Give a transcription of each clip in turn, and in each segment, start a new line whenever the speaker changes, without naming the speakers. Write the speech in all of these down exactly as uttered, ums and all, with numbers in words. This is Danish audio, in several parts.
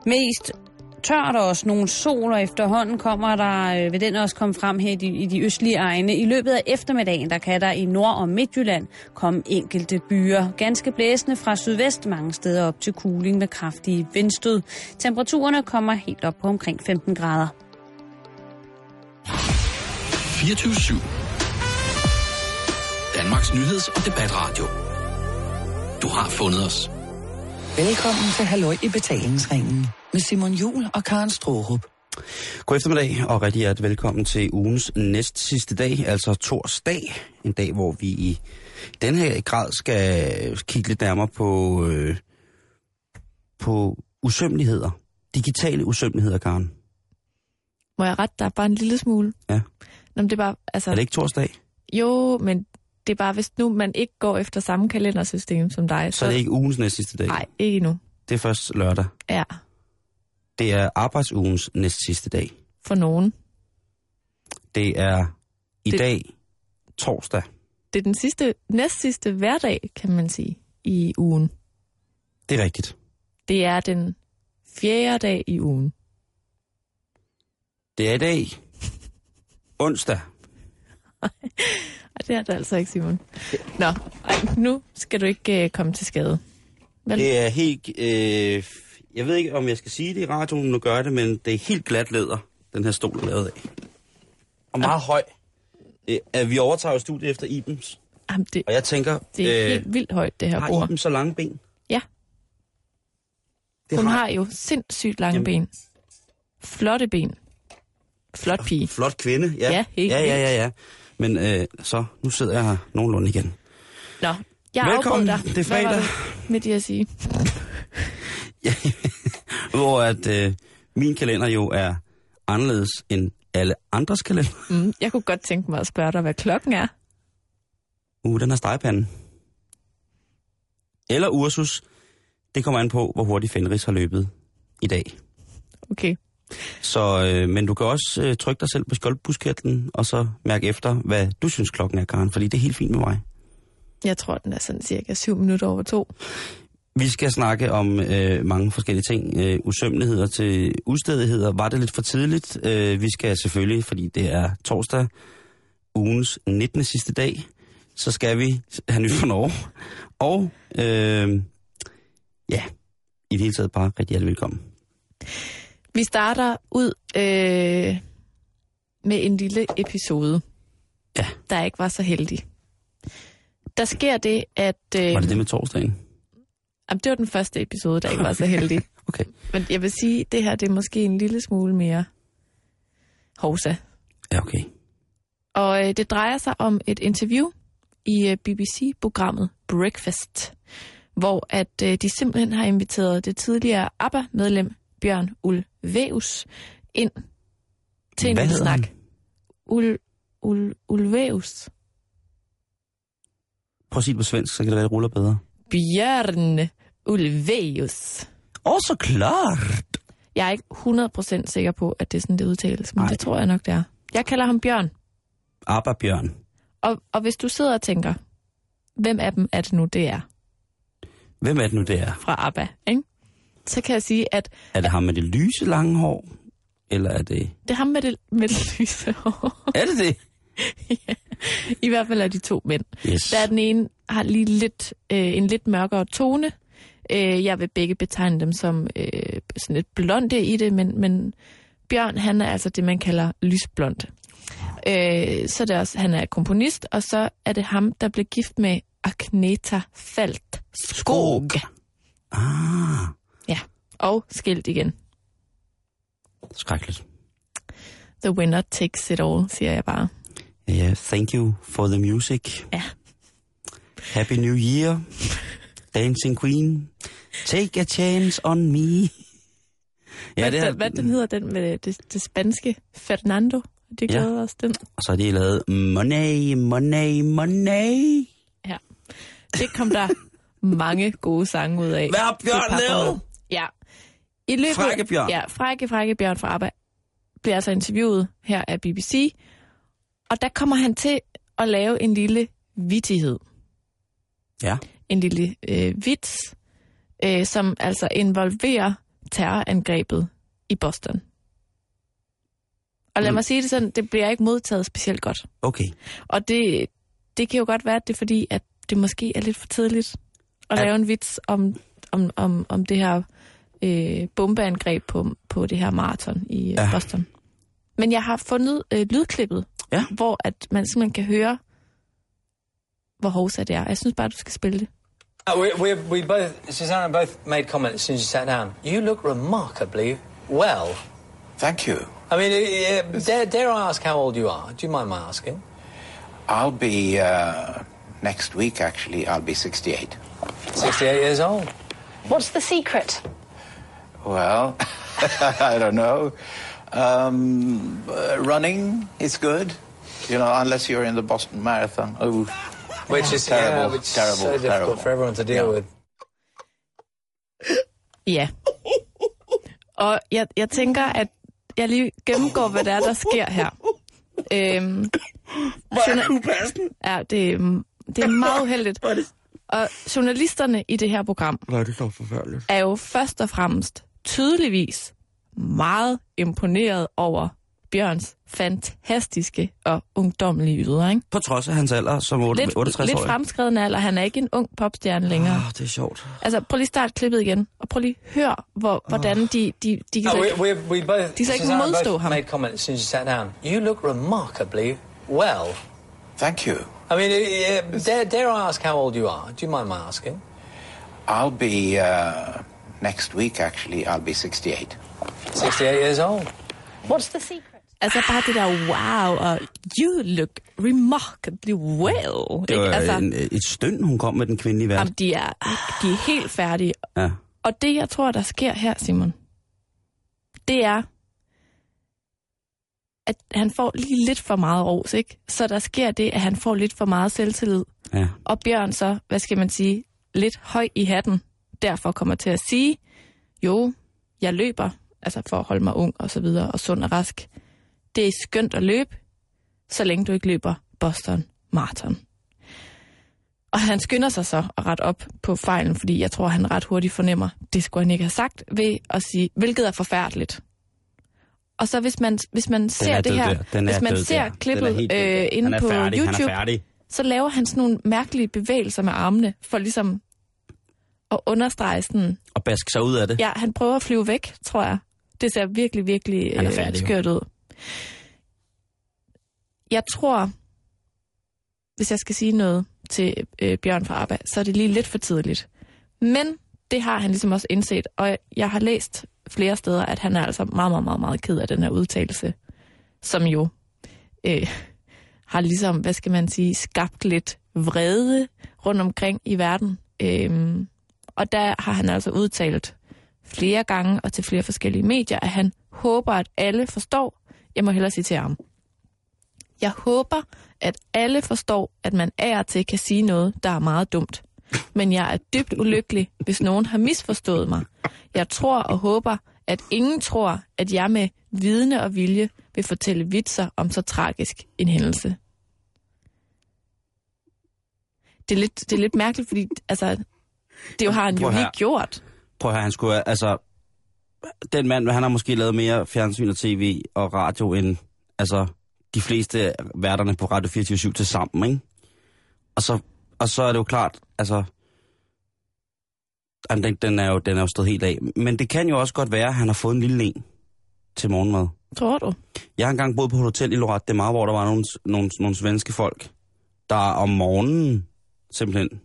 mest tørt og også nogle sol, og efterhånden kommer der, øh, vil den også komme frem her i de, i de østlige egne. I løbet af eftermiddagen, der kan der i Nord- og Midtjylland komme enkelte byer. Ganske blæsende fra sydvest, mange steder op til kuling med kraftige vindstød. Temperaturerne kommer helt op på omkring femten grader.
fireogtyve syv. Danmarks nyheds- og debatradio. Du har fundet os.
Velkommen til Halløj i betalingsringen med Simon Juhl og Karen Straarup.
God eftermiddag og rigtig hjertelig velkommen til ugens næst sidste dag, altså torsdag. En dag, hvor vi i den her grad skal kigge lidt nærmere på, øh, på usømmeligheder. Digitale usømmeligheder, Karen.
Må jeg rette dig bare en lille smule?
Ja.
Nå, det er, bare, altså,
er det ikke torsdag?
Jo, men det er bare, hvis nu man ikke går efter samme kalendersystem som dig.
Så, så er det ikke ugens næst sidste dag?
Nej, ikke endnu.
Det er først lørdag?
Ja.
Det er arbejdsugens næst sidste dag?
For nogen.
Det er i
det,
dag torsdag?
Det er den sidste, næst sidste hverdag, kan man sige, i ugen.
Det er rigtigt.
Det er den fjerde dag i ugen.
Det er i dag onsdag.
Det er det altså ikke, Simon. Nå, ej, nu skal du ikke uh, komme til skade. Vel?
Det er helt... Øh, jeg ved ikke, om jeg skal sige det i radioen, nu gør det, men det er helt glat læder, den her stol er lavet af. Og meget ja. høj. Øh, vi overtager jo studiet efter Ibens.
Jamen, det,
og jeg tænker...
Det er
øh,
helt vildt højt, det her
har
bord.
Har Iben så lange ben?
Ja.
Det
Hun
har...
har jo sindssygt lange Jamen. ben. Flotte ben. Flot pige.
Flot kvinde, ja.
Ja, helt
ja, ja, ja, ja. Men øh, så, nu sidder jeg her nogenlunde igen.
Nå, jeg
Velkommen,
afbrød dig.
det er fredag.
Hvad var det midt i at sige?
Ja, hvor at øh, min kalender jo er anderledes end alle andres kalender.
Mm, jeg kunne godt tænke mig at spørge dig, hvad klokken er.
Uh, den er stegepanden. Eller Ursus. Det kommer an på, hvor hurtigt Fenris har løbet i dag.
Okay.
Så, øh, men du kan også øh, trykke dig selv på skjoldbuskætlen, og så mærke efter, hvad du synes klokken er, Karen, fordi det er helt fint med mig.
Jeg tror, den er sådan cirka syv minutter over to.
Vi skal snakke om øh, mange forskellige ting. Øh, usømmeligheder til udstedigheder. Var det lidt for tidligt? Øh, vi skal selvfølgelig, fordi det er torsdag, ugens nittende sidste dag, så skal vi have nyt fra Norge. Og øh, ja, i det hele taget bare rigtig hjertelig velkommen.
Vi starter ud øh, med en lille episode,
ja.
der ikke var så heldig. Der sker det, at... Øh,
var det det med torsdagen?
Jamen, det var den første episode, der ikke var så heldig.
Okay.
Men jeg vil sige, at det her det er måske en lille smule mere hovsa.
Ja, okay.
Og øh, det drejer sig om et interview i øh, B B C-programmet Breakfast, hvor at øh, de simpelthen har inviteret det tidligere ABBA-medlem Bjørn Ulvaeus ind til en lille snak. Ul, ul, Ulvaeus.
Prøv at sige det på svensk, så kan det være, det ruller bedre.
Bjørn Ulvaeus.
Åh, oh, så klart.
Jeg er ikke hundrede procent sikker på, at det er sådan, det udtales, men
Ej.
det tror jeg nok, det er. Jeg kalder ham Bjørn.
ABBA-Bjørn.
Og, og hvis du sidder og tænker, hvem af dem er det nu, det er?
Hvem er det nu, det er?
Fra ABBA, ikke? Så kan jeg sige, at...
Er det ham med det lyse lange hår? Eller er det...
Det er ham med det, med det lyse hår.
Er det det?
Ja. I hvert fald er de to mænd.
Yes.
Der er den ene har lige lidt, øh, en lidt mørkere tone. Øh, jeg vil begge betegne dem som øh, sådan lidt blonde i det, men, men Bjørn, han er altså det, man kalder lysblond. Øh, så er det også, han er komponist, og så er det ham, der blev gift med Agneta Falk Skog.
Ah.
Ja, og skilt igen.
Skrækkeligt.
The winner takes it all, siger jeg bare.
Ja, yeah, thank you for the music.
Ja.
Happy New Year. Dancing Queen. Take a chance on me. Ja,
hvad,
det er,
hvad den hedder, den med det, det spanske? Fernando. Det glæder ja. os den.
Og så har de lavet Money, Money, Money.
Ja. Det kom der mange gode sange ud af.
Hvad har Bjørn lavet?
Ja. I løbet,
Frække Bjørn.
Ja, Frække, Frække Bjørn fra ABBA bliver altså interviewet her af B B C. Og der kommer han til at lave en lille vittighed.
Ja.
En lille øh, vits, øh, som altså involverer terrorangrebet i Boston. Og lad
Mm.
mig sige det sådan, det bliver ikke modtaget specielt godt.
Okay.
Og det, det kan jo godt være, at det er fordi, at det måske er lidt for tidligt at
Ja.
lave en vits om, om, om, om det her øh, bombeangreb på, på det her maraton i
Ja.
ja. Boston. Men jeg har fundet øh, lydklippet,
Ja.
hvor at man simpelthen kan høre, hvor hovsat det er. Jeg synes bare, du skal spille det.
Uh, we, we, we both, Susanna, both made comments as soon as you sat down. You look remarkably well.
Thank you.
I mean, uh, dare, dare I ask how old you are? Do you mind my asking?
I'll be, uh, next week actually, I'll be sixty-eight.
sixty-eight years old.
What's the secret?
Well, I don't know. Um, uh, running is good, you know, unless you're in the Boston Marathon. Oh,
Which is
terrible,
yeah, which is
terrible,
so difficult
terrible.
for everyone to deal
Yeah.
with.
Ja. Og jeg, jeg tænker, at jeg lige gennemgår, hvad der er, der sker her. Øhm,
Hvor er det upassende?
Ja, det, er- det er meget uheldigt. Og journalisterne i det her program
Hvor er det så forfærdeligt?
er jo først og fremmest tydeligvis meget imponeret over Bjørns fantastiske og ungdommelige yder, ikke?
På trods af hans alder som
Lidt,
otteogtres
lidt
år.
fremskreden alder. Han er ikke en ung popstjerne længere.
Oh, det er sjovt.
Altså, prøv lige at starte klippet igen, og prøv lige at høre, hvor, hvordan de, de, de kan...
Uh,
så
we,
ikke-
we, we both,
De skal ikke
Susanna,
modstå
both
ham.
made comments as soon as you sat down. You look remarkably well.
thank you.
I mean, uh, dare, dare I ask how old you are? Do you mind my asking?
I'll be, uh, next week actually, I'll be sixty-eight.
sixty-eight years old.
What's the secret?
Altså bare det der wow, og you look remarkably well.
Det
Ikke?
var
Altså,
en, et støn, hun kom med den kvindelige vært.
jamen, de, er, de er helt færdige.
Ja.
Og det, jeg tror, der sker her, Simon, det er, at han får lige lidt for meget ros, ikke? Så der sker det, at han får lidt for meget selvtillid.
Ja.
Og Bjørn så, hvad skal man sige, lidt høj i hatten, derfor kommer til at sige, jo, jeg løber, altså for at holde mig ung og så videre, og sund og rask. Det er skønt at løbe, så længe du ikke løber Boston Marathon. Og han skynder sig så at rette op på fejlen, fordi jeg tror, han ret hurtigt fornemmer, det skulle han ikke have sagt, ved at sige, hvilket er forfærdeligt. Og så hvis man, hvis man ser det her, hvis man ser klippet øh, inde på
færdig.
YouTube,
Han er færdig.
så laver han sådan nogle mærkelige bevægelser med armene, for ligesom at understrege sådan,
Og baske sig ud af det.
ja, han prøver at flyve væk, tror jeg. Det ser virkelig, virkelig
Han er
øh,
færdig, jo.
skørt ud. Jeg tror, hvis jeg skal sige noget til øh, Bjørn fra ABBA, så er det lige lidt for tidligt. Men det har han ligesom også indset, og jeg har læst flere steder, at han er altså meget, meget, meget, meget ked af den her udtalelse, som jo øh, har ligesom, hvad skal man sige, skabt lidt vrede rundt omkring i verden. Øhm, og der har han altså udtalt flere gange og til flere forskellige medier, at han håber, at alle forstår, jeg må hellere sige til ham, jeg håber, at alle forstår, at man af og til kan sige noget, der er meget dumt. Men jeg er dybt ulykkelig, hvis nogen har misforstået mig. Jeg tror og håber, at ingen tror, at jeg med vidne og vilje vil fortælle vitser om så tragisk en hændelse. Det er lidt, det er lidt mærkeligt, fordi altså, det jo har han jo
Prøv her.
lige gjort.
Prøv at høre, han skulle, altså, den mand, han har måske lavet mere fjernsyn og tv og radio end, altså, de fleste værterne på Radio fireogtyve syv til sammen, ikke? Og så, og så er det jo klart, altså, jamen, den, den, er jo, den er jo stået helt af. Men det kan jo også godt være, at han har fået en lille en til morgenmad.
Tror du?
Jeg har engang boet på et hotel i Lorette de Mar, hvor der var nogle, nogle, nogle svenske folk, der om morgenen simpelthen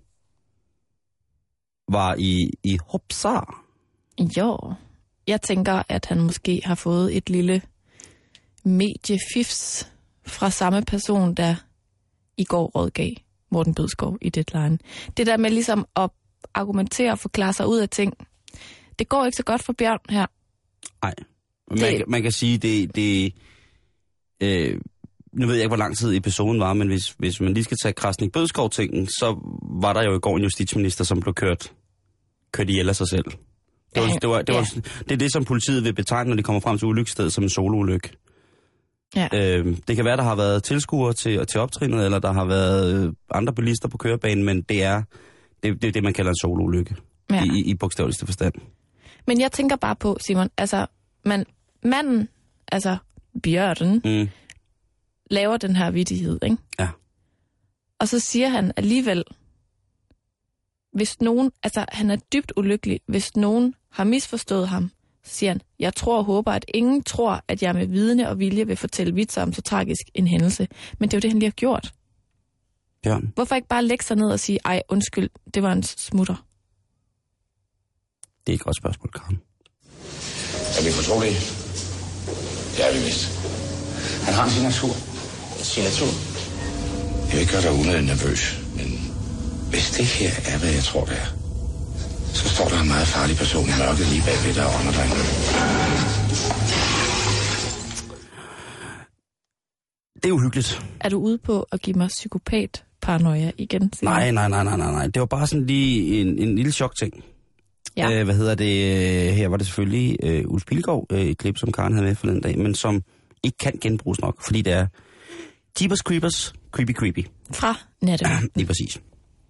var i, i Hopsar.
Jo. Jeg tænker, at han måske har fået et lille mediefifs fra samme person, der i går rådgav Morten Bødskov i Deadline. Det der med ligesom at argumentere og forklare sig ud af ting, det går ikke så godt for Bjørn her.
Nej, man,
Det-
det... man kan sige, det... det øh, nu ved jeg ikke, hvor lang tid episoden var, men hvis, hvis man lige skal tage Krasnik Bødskov-tingen, så var der jo i går en justitsminister, som blev kørt, kørt ihjel af sig selv. Det, var,
Ja,
det, var, det, var,
ja.
det er det, som politiet vil betegne, når de kommer frem til ulykkesstedet, som en soloulykke.
Ja.
Øh, det kan være, der har været tilskuere til, til optrinet, eller der har været øh, andre bilister på kørebanen, men det er det, det, er det man kalder en soloulykke,
Ja.
i, i, i bogstaveligste forstand.
Men jeg tænker bare på, Simon, altså, man, manden, altså Bjørn,
Mm.
laver den her vittighed, ikke?
Ja.
Og så siger han alligevel, hvis nogen, altså han er dybt ulykkelig, hvis nogen har misforstået ham, så siger han, jeg tror og håber, at ingen tror, at jeg med vidne og vilje vil fortælle vitser om så tragisk en hændelse. Men det er jo det, han lige har gjort.
Bjørn.
Hvorfor ikke bare lægge sig ned og sige, ej, undskyld, det var en smutter?
Det er et godt spørgsmål, Karen.
Er vi fortrolige? Det er vi vist. Han har en signatur.
En signatur?
Jeg vil ikke gøre dig unødigt nervøs, men hvis det her er, hvad jeg tror, det er, så står der en meget farlig person i mørket lige bagved dig og under dig.
Det er uhyggeligt.
Er du ude på at give mig psykopat-paranoia igen? Simon?
Nej, nej, nej, nej, nej, nej. Det var bare sådan lige en, en lille chok-ting.
Ja.
Øh, hvad hedder det? Her var det selvfølgelig øh, Ulf Pilgaard, øh, et klip, som Karen havde med for den dag, men som ikke kan genbruges nok, fordi det er Jeepers Creepers, Creepy Creepy.
Fra nettet.
Lige præcis.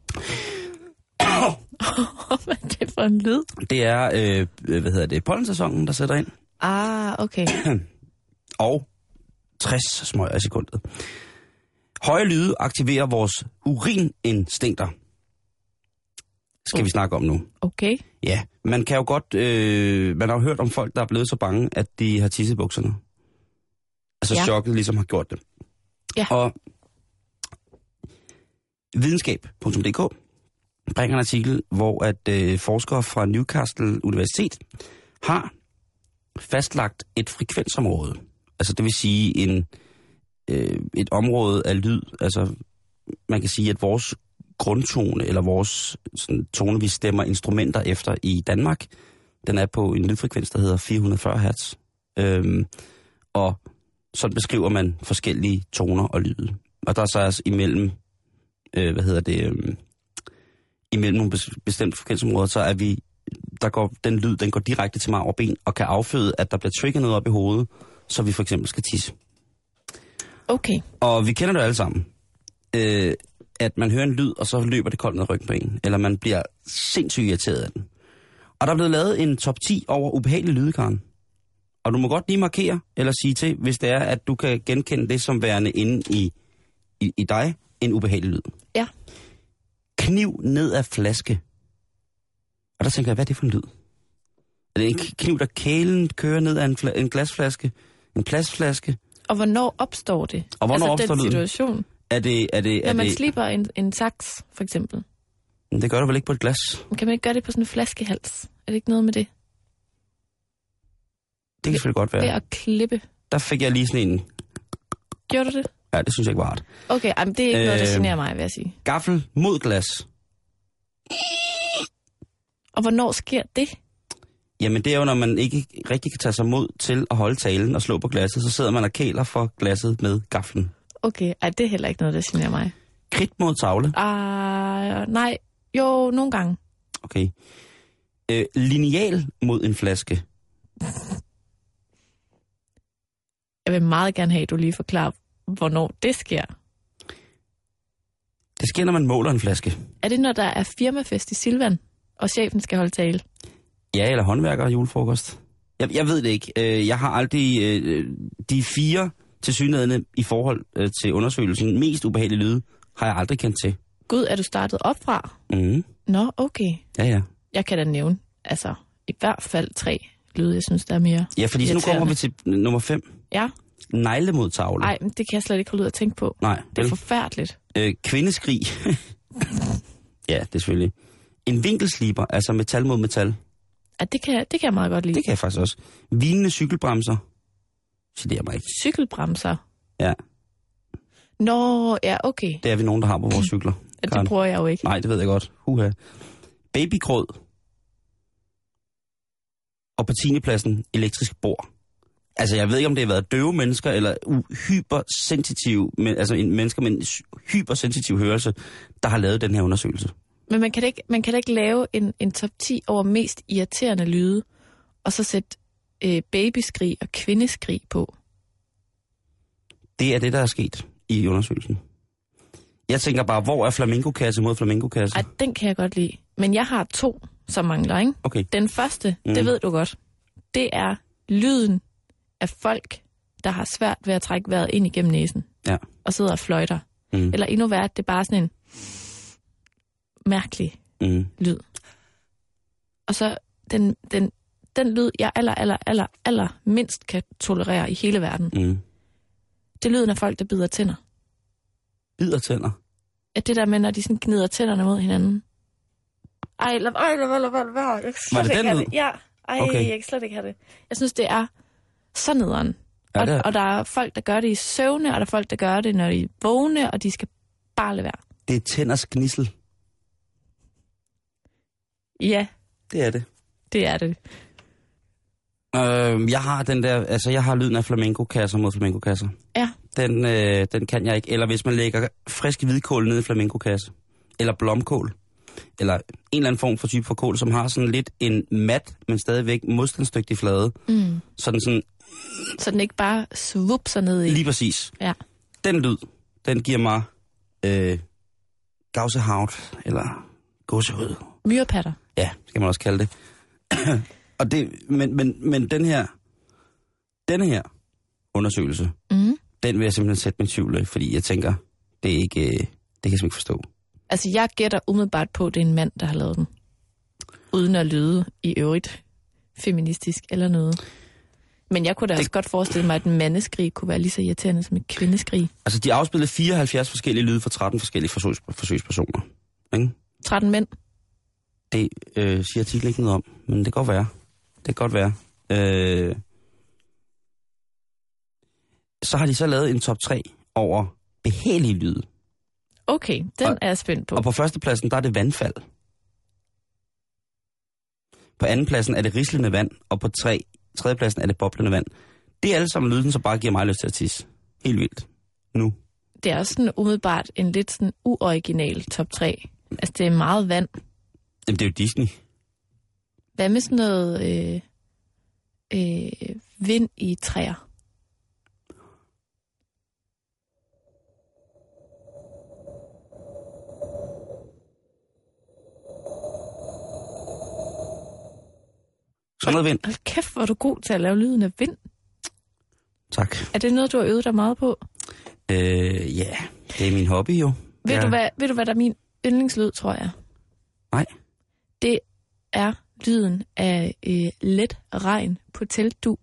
Hvad er det for en lyd?
Det er, øh, hvad hedder det, pollensæsonen, der sætter ind.
Ah, okay.
Og tres smøger i sekundet. Høje lyde aktiverer vores urininstinkter. Skal vi snakke om nu.
Okay.
Ja, man kan jo godt, øh, man har jo hørt om folk, der er blevet så bange, at de har tisset i bukserne. Altså
Ja.
chokket ligesom har gjort det.
Ja.
Og videnskab punktum d k bringer en artikel, hvor at øh, forskere fra Newcastle Universitet har fastlagt et frekvensområde. Altså det vil sige en, øh, et område af lyd. Altså man kan sige, at vores grundtone, eller vores sådan, tone, vi stemmer instrumenter efter i Danmark, den er på en lydfrekvens, der hedder fire hundrede og fyrre hertz. Øhm, og sådan beskriver man forskellige toner og lyde. Og der er så altså imellem, øh, hvad hedder det, øh, imellem nogle bestemte frekvensområder, så er vi, der går den lyd, den går direkte til marv og ben, og kan afføde, at der bliver trigget noget op i hovedet, så vi for eksempel skal tisse.
Okay.
Og vi kender det alle sammen. Øh, at man hører en lyd, og så løber det koldt ned ad ryggen på en. Eller man bliver sindssygt irriteret af den. Og der er blevet lavet en top ti over ubehagelige lyde, Karen. Og du må godt lige markere, eller sige til, hvis det er, at du kan genkende det som værende inde i, i, i dig, en ubehagelig lyd.
Ja.
Kniv ned af flaske. Og der tænker jeg, hvad er det for en lyd? Er det en kniv, der kælen kører ned af en, fla- en glasflaske? En plastflaske?
Og hvornår opstår det?
Og hvornår
altså
opstår
den
lyden?
situation?
Er det... Er det, er
Når man
det...
slipper en, en saks, for eksempel.
Det gør du vel ikke på et glas?
Kan man ikke gøre det på sådan en flaskehals? Er det ikke noget med det?
Det kan selvfølgelig godt
Ved
være.
at klippe.
Der fik jeg lige sådan en...
Gjorde du det?
Ja, det synes jeg ikke var rart.
Okay, ej, men det er ikke øh, noget, der
Øh,
generer mig, vil jeg sige.
Gaffel mod glas.
Og hvornår sker det?
Jamen det er jo, når man ikke rigtig kan tage sig mod til at holde talen og slå på glasset, så sidder man og kæler for glasset med gaflen.
Okay, ej, det er heller ikke noget, der generer mig.
Kridt mod tavle.
Ah, nej, jo, nogle gange.
Okay. Øh, lineal mod en flaske.
Jeg vil meget gerne have, at du lige forklarer, hvornår det sker.
Det sker, når man måler en flaske.
Er det, når der er firmafest i Silvan, og chefen skal holde tale?
Ja, eller håndværker og julefrokost. Jeg, jeg ved det ikke. Øh, Jeg har aldrig... Øh, de fire tilsyneladende i forhold øh, til undersøgelsen mest ubehagelige lyde, har jeg aldrig kendt til.
Gud, er du startet op fra?
Mhm.
Nå, okay.
Ja, ja.
Jeg kan da nævne, altså i hvert fald tre lyde, jeg synes, der er mere
Ja, fordi så nu kommer vi til nummer fem.
Ja.
Negle mod tavle.
Nej, men det kan jeg slet ikke holde ud at tænke på.
Nej,
Det er
vel?
forfærdeligt.
Øh, kvindeskrig. Ja, det er selvfølgelig. En vinkelsliber, altså metal mod metal.
Ja, det kan, det kan jeg meget godt lide.
Det kan jeg faktisk også. Vinende cykelbremser. Generer mig ikke.
Cykelbremser.
Ja,
Nå, ja, okay.
det er vi nogen, der har på vores cykler.
Ja,
Karen.
det bruger jeg jo ikke.
Nej, det ved jeg godt. Huha. Babygrød. Og på tiendepladsen elektrisk bord. Altså, jeg ved ikke, om det har været døve mennesker, eller hypersensitive, men, altså en mennesker med en hypersensitiv hørelse, der har lavet den her undersøgelse.
Men man kan da ikke, man kan da ikke lave en, en top ti over mest irriterende lyde, og så sætte øh, babyskrig og kvindeskrig på.
Det er det, der er sket i undersøgelsen. Jeg tænker bare, hvor er flamingokasse mod flamingokasse?
Ej, den kan jeg godt lide. Men jeg har to, som mangler, ikke?
Okay.
Den første,
Mm.
det ved du godt, det er lyden af folk, der har svært ved at trække vejret ind igennem næsen.
Ja.
Og sidder og fløjter.
Mm.
Eller endnu værre, det er bare sådan en mærkelig
Mm.
lyd. Og så den, den, den lyd, jeg aller, aller, aller, aller mindst kan tolerere i hele verden,
Mm.
det er lyden af folk, der bider tænder.
Bider tænder?
At det der med, når de sådan gnider tænderne mod hinanden. Ej, lad ej, lad lad lad lad Jeg kan slet
Var det
ikke
den
have
lyd?
det. Ja, ej,
Okay.
jeg kan slet ikke have det. Jeg synes, det er så nederen.
Ja,
og,
det er-
og der er folk, der gør det i søvne, og der er folk, der gør det, når de er vågne, og de skal bare lade være.
Det er tænders gnissel.
Ja,
Det er det.
det er det.
Øh, jeg har den der, altså jeg har lyden af flamenco-kasser mod flamenco-kasser.
Ja.
Den, øh, den kan jeg ikke. Eller hvis man lægger frisk hvidkål ned i flamenco-kasse. Eller blomkål. Eller en eller anden form for type for kål, som har sådan lidt en mat, men stadigvæk modstandsdygtig flade.
Mm.
Sådan sådan,
Så den ikke bare svupser ned i.
lige præcis.
Ja.
Den lyd, den giver mig øh, gausehaut, eller gåsehud.
Myrepatter.
Ja, skal man også kalde det. Og det, men, men, men den her, denne her undersøgelse,
Mm.
den vil jeg simpelthen sætte min tvivl af, fordi jeg tænker, det er ikke, øh, det kan jeg simpelthen ikke forstå.
Altså, jeg gætter umiddelbart på, at det er en mand, der har lavet den. Uden at lyde i øvrigt feministisk eller noget. Men jeg kunne da
Det-
også godt forestille mig, at en mandeskrig kunne være lige så irriterende som et kvindeskrig.
Altså, de afspillede fireoghalvfjerds forskellige lyde fra tretten forskellige forsøgs, forsøgspersoner. Ikke?
tretten mænd.
Det øh, siger artiklen ikke noget om, men det kan godt være. Det kan godt være. Øh, så har de så lavet en top tre over behagelige lyde.
Okay, den
Og-
er jeg spændt på.
Og på førstepladsen, der er det vandfald. På andenpladsen er det rislende vand, og på tre, tredjepladsen er det boblende vand. Det er alle sammen lyden, som bare giver mig lyst til at tisse. Helt vildt. Nu.
Det er også sådan umiddelbart en lidt sådan uoriginal top tre. Altså, det er meget vand.
Jamen, det er jo Disney.
Hvad med sådan noget øh, øh, vind i træer?
Sådan noget vind.
Hold kæft, hvor er du god til at lave lyden af vind.
Tak.
Er det noget, du har øvet dig meget på?
Øh, ja, det er min hobby jo.
Ved,
Ja.
du, hvad, ved du, hvad der er min yndlingslyd, tror jeg?
Nej.
Det er lyden af øh, let regn på teltdu.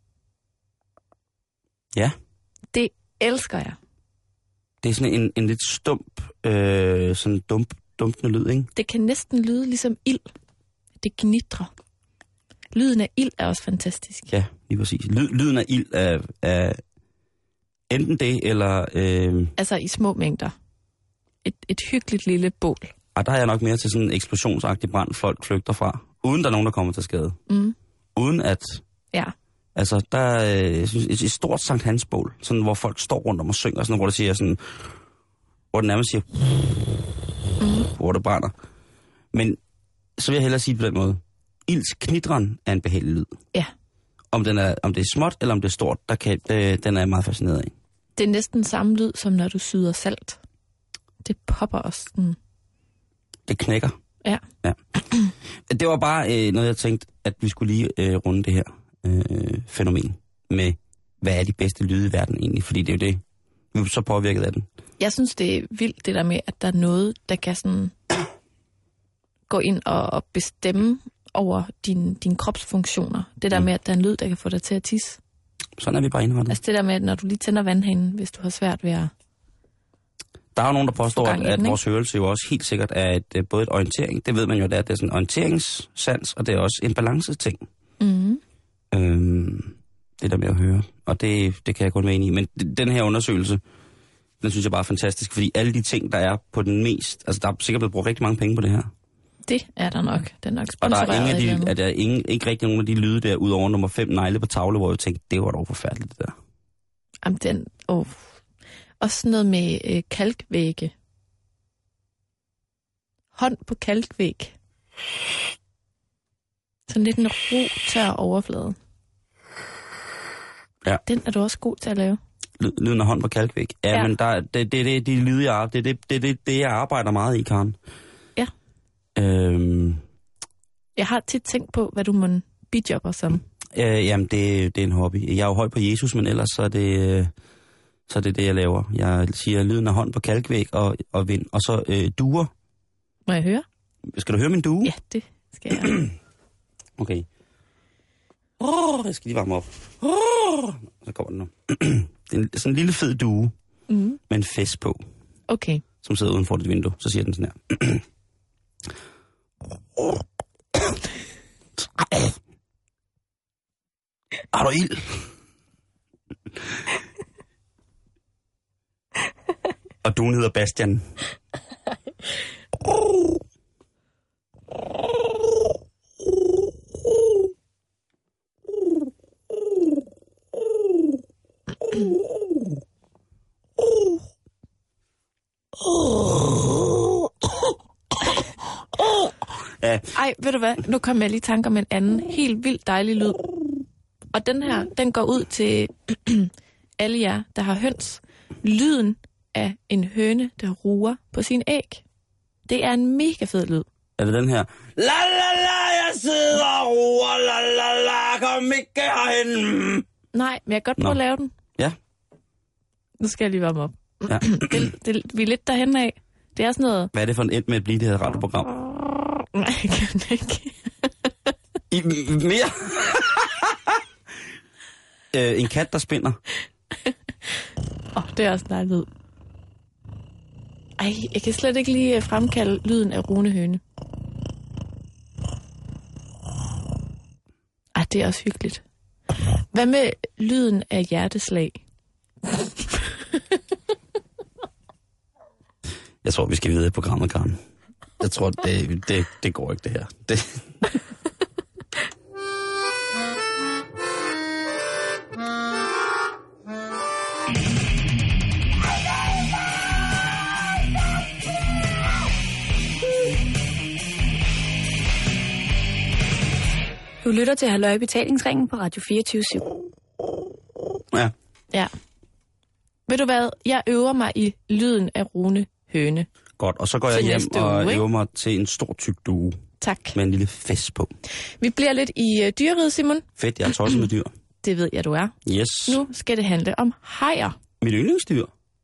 Ja.
Det elsker jeg.
Det er sådan en, en lidt stump, øh, sådan dump, dumpende lyd, ikke?
Det kan næsten lyde ligesom ild. Det gnitrer. Lyden af ild er også fantastisk.
Ja, lige præcis. Lyd, lyden af ild er, er enten det, eller... Øh,
Altså i små mængder. Et, et hyggeligt lille bål.
og der er jeg nok mere til sådan en eksplosionsagtig brand, folk flygter fra. Uden der er nogen, der kommer til skade.
Mm.
Uden at...
Ja.
Altså, der er øh, jeg synes, et, et stort Sankt Hans-bål, sådan, hvor folk står rundt om og synger, sådan, hvor det siger sådan... Hvor det nærmest siger... Mm. Hvor det brænder. Men så vil jeg hellere sige det på den måde. Ilds knitren er en behagelig lyd.
Ja.
Om, den er, om det er småt, eller om det er stort, der kan, øh, den er jeg meget fascineret af.
Det er næsten samme lyd, som når du syder salt. Det popper også sådan.
Det knækker.
Ja.
ja. Det var bare øh, noget, jeg tænkte, at vi skulle lige øh, runde det her øh, fænomen med, hvad er de bedste lyde i verden egentlig? Fordi det er jo det, vi er så påvirket af den.
Jeg synes, det er vildt det der med, at der er noget, der kan sådan gå ind og, og bestemme over din, dine kropsfunktioner. Det der
Mm.
med, at der er en lyd, der kan få dig til at tisse.
Sådan er vi bare indrettet.
Altså det der med, at når du lige tænder vandhanen, hvis du har svært ved at...
Der er jo nogen, der påstår,
Få
at,
gang i
at
den, ikke?
vores hørelse jo også helt sikkert er et, øh, både et orientering, det ved man jo, det er, det er sådan en orienteringssans, og det er også en balanceting.
Mm.
Øhm, det der med at høre. Og det, det kan jeg kun være enig i. Men d- den her undersøgelse, den synes jeg bare er fantastisk, fordi alle de ting, der er på den mest... Altså, der er sikkert blevet brugt rigtig mange penge på det her.
Det er der nok. Det er nok
Og der er,
sponsoreret
ingen af
et
de,
eller andet.
er der ingen, ikke rigtig nogen af de lyde der, udover nummer fem negle på tavle, hvor jeg tænkte, det var dog forfærdeligt, det der.
Jamen, den... Oh. Også sådan noget med øh, kalkvægge. Hånd på kalkvæg. Sådan lidt en ro, tør overflade.
Ja.
Den er du også god til at lave.
Ly- Lyden af hånd på kalkvæg. Ja,
Ja.
men der, det, det, det, de lyde, jeg, det, det, det, det, det, jeg arbejder meget i, Karen.
Ja.
Øhm,
Jeg har tit tænkt på, hvad du må bidjobber som.
Øh, jamen, det, det er en hobby. Jeg er jo høj på Jesus, men ellers så er det, øh, så er det det, jeg laver. Jeg siger lyden af hånd på kalkvæg og, og vind. Og så øh, duer.
Må jeg høre?
Skal du høre min due?
Ja, det skal jeg.
Okay. Oh, jeg skal lige varme op. Oh, så kommer den nu. Det er sådan en lille fed due mm. med en fest på.
Okay.
Som sidder uden for dit vindue. Så siger den sådan her. Har du ild? Og duen hedder Bastian.
Ja. Ej, ved du hvad? Nu kommer jeg lige i tanke om en anden helt vildt dejlig lyd. Og den her, den går ud til alle jer, der har høns. Lyden af en høne, der ruger på sin æg. Det er en mega fed lyd.
Er det den her? La la la, jeg sidder og ruer, la la la, kom ikke herhen.
Nej, men jeg kan godt prøve Nå. at lave den.
Ja.
Nu skal jeg lige varme op.
Ja.
det, det, vi er lidt derhen af. Det er sådan noget...
Hvad er det for en end med at blive det her radioprogram?
Nej, jeg kan ikke.
I, mere? øh, en kat, der spinder.
Åh, oh, det er også en dejlig lyd. Ej, jeg kan slet ikke lige fremkalde lyden af runehøne. Ej, det er også hyggeligt. Hvad med lyden af hjerteslag?
Jeg tror, vi skal videre i programmet, Karen. Jeg tror, det, det, det går ikke, det her. Det...
Du lytter til Halløj i Betalingsringen på Radio fireogtyve syv.
Ja.
Ja. Ved du hvad? Jeg øver mig i lyden af rune høne.
Godt, og så går jeg hjem uge, og ikke? øver mig til en stor tyk due.
Tak.
Med en lille fest på.
Vi bliver lidt i uh, dyreriget, Simon.
Fedt, jeg er tosset med dyr.
Det ved jeg, du er.
Yes.
Nu skal det handle om hajer.
Mit yndlingsdyr.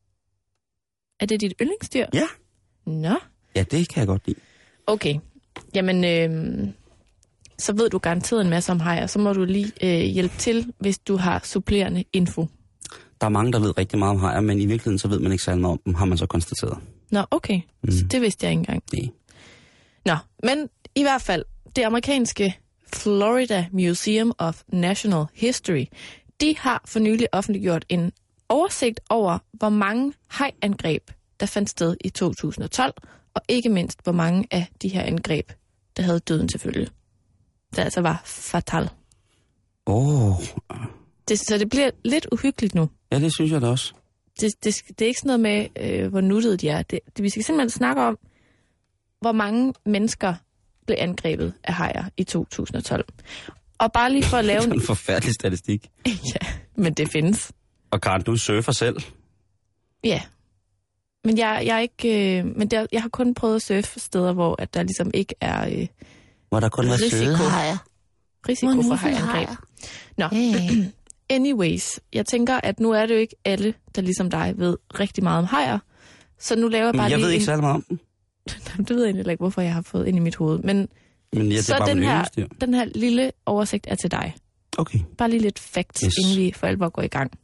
Er det dit yndlingsdyr?
Ja.
Nå.
Ja, det kan jeg godt lide.
Okay. Jamen, øh, så ved du garanteret en masse om hajer. Så må du lige øh, hjælpe til, hvis du har supplerende info.
Der er mange, der ved rigtig meget om hajer, men i virkeligheden så ved man ikke særlig meget om dem, har man så konstateret.
Nå, okay. Mm. Så det vidste jeg ikke engang.
Nej.
Nå, men i hvert fald, det amerikanske Florida Museum of National History, de har for nylig offentliggjort en oversigt over, hvor mange hajangreb, der fandt sted i to tusind og tolv, og ikke mindst, hvor mange af de her angreb, der havde døden til følge. Det altså var fatal.
Åh. Oh.
Det, så det bliver lidt uhyggeligt nu.
Ja, det synes jeg da også.
Det, det, det er ikke sådan noget med, øh, hvor nuttede de er. Det, det, vi skal simpelthen snakke om, hvor mange mennesker blev angrebet af hajer i to tusind og tolv. Og bare lige for at lave...
det er en forfærdelig statistik.
Ja, men det findes.
Og Karen, du surfer selv?
Ja. Men jeg, jeg er ikke... Øh, men der, jeg har kun prøvet at surfe steder, hvor at der ligesom ikke er... Øh,
hvor der kun var søde hajer.
Risiko for hajangreb. Nå, hey. Anyways. Jeg tænker, at nu er det jo ikke alle, der ligesom dig ved rigtig meget om hajer. Så nu laver jeg bare
men jeg
lige
ved ikke
en...
særlig meget om dem.
Det ved jeg egentlig ikke, hvorfor jeg har fået ind i mit hoved. Men,
men ja, det
så
er bare
den her,
yndlingsdyr.
den her lille oversigt er til dig.
Okay.
Bare lige lidt facts, yes. Inden vi for alvor går i gang.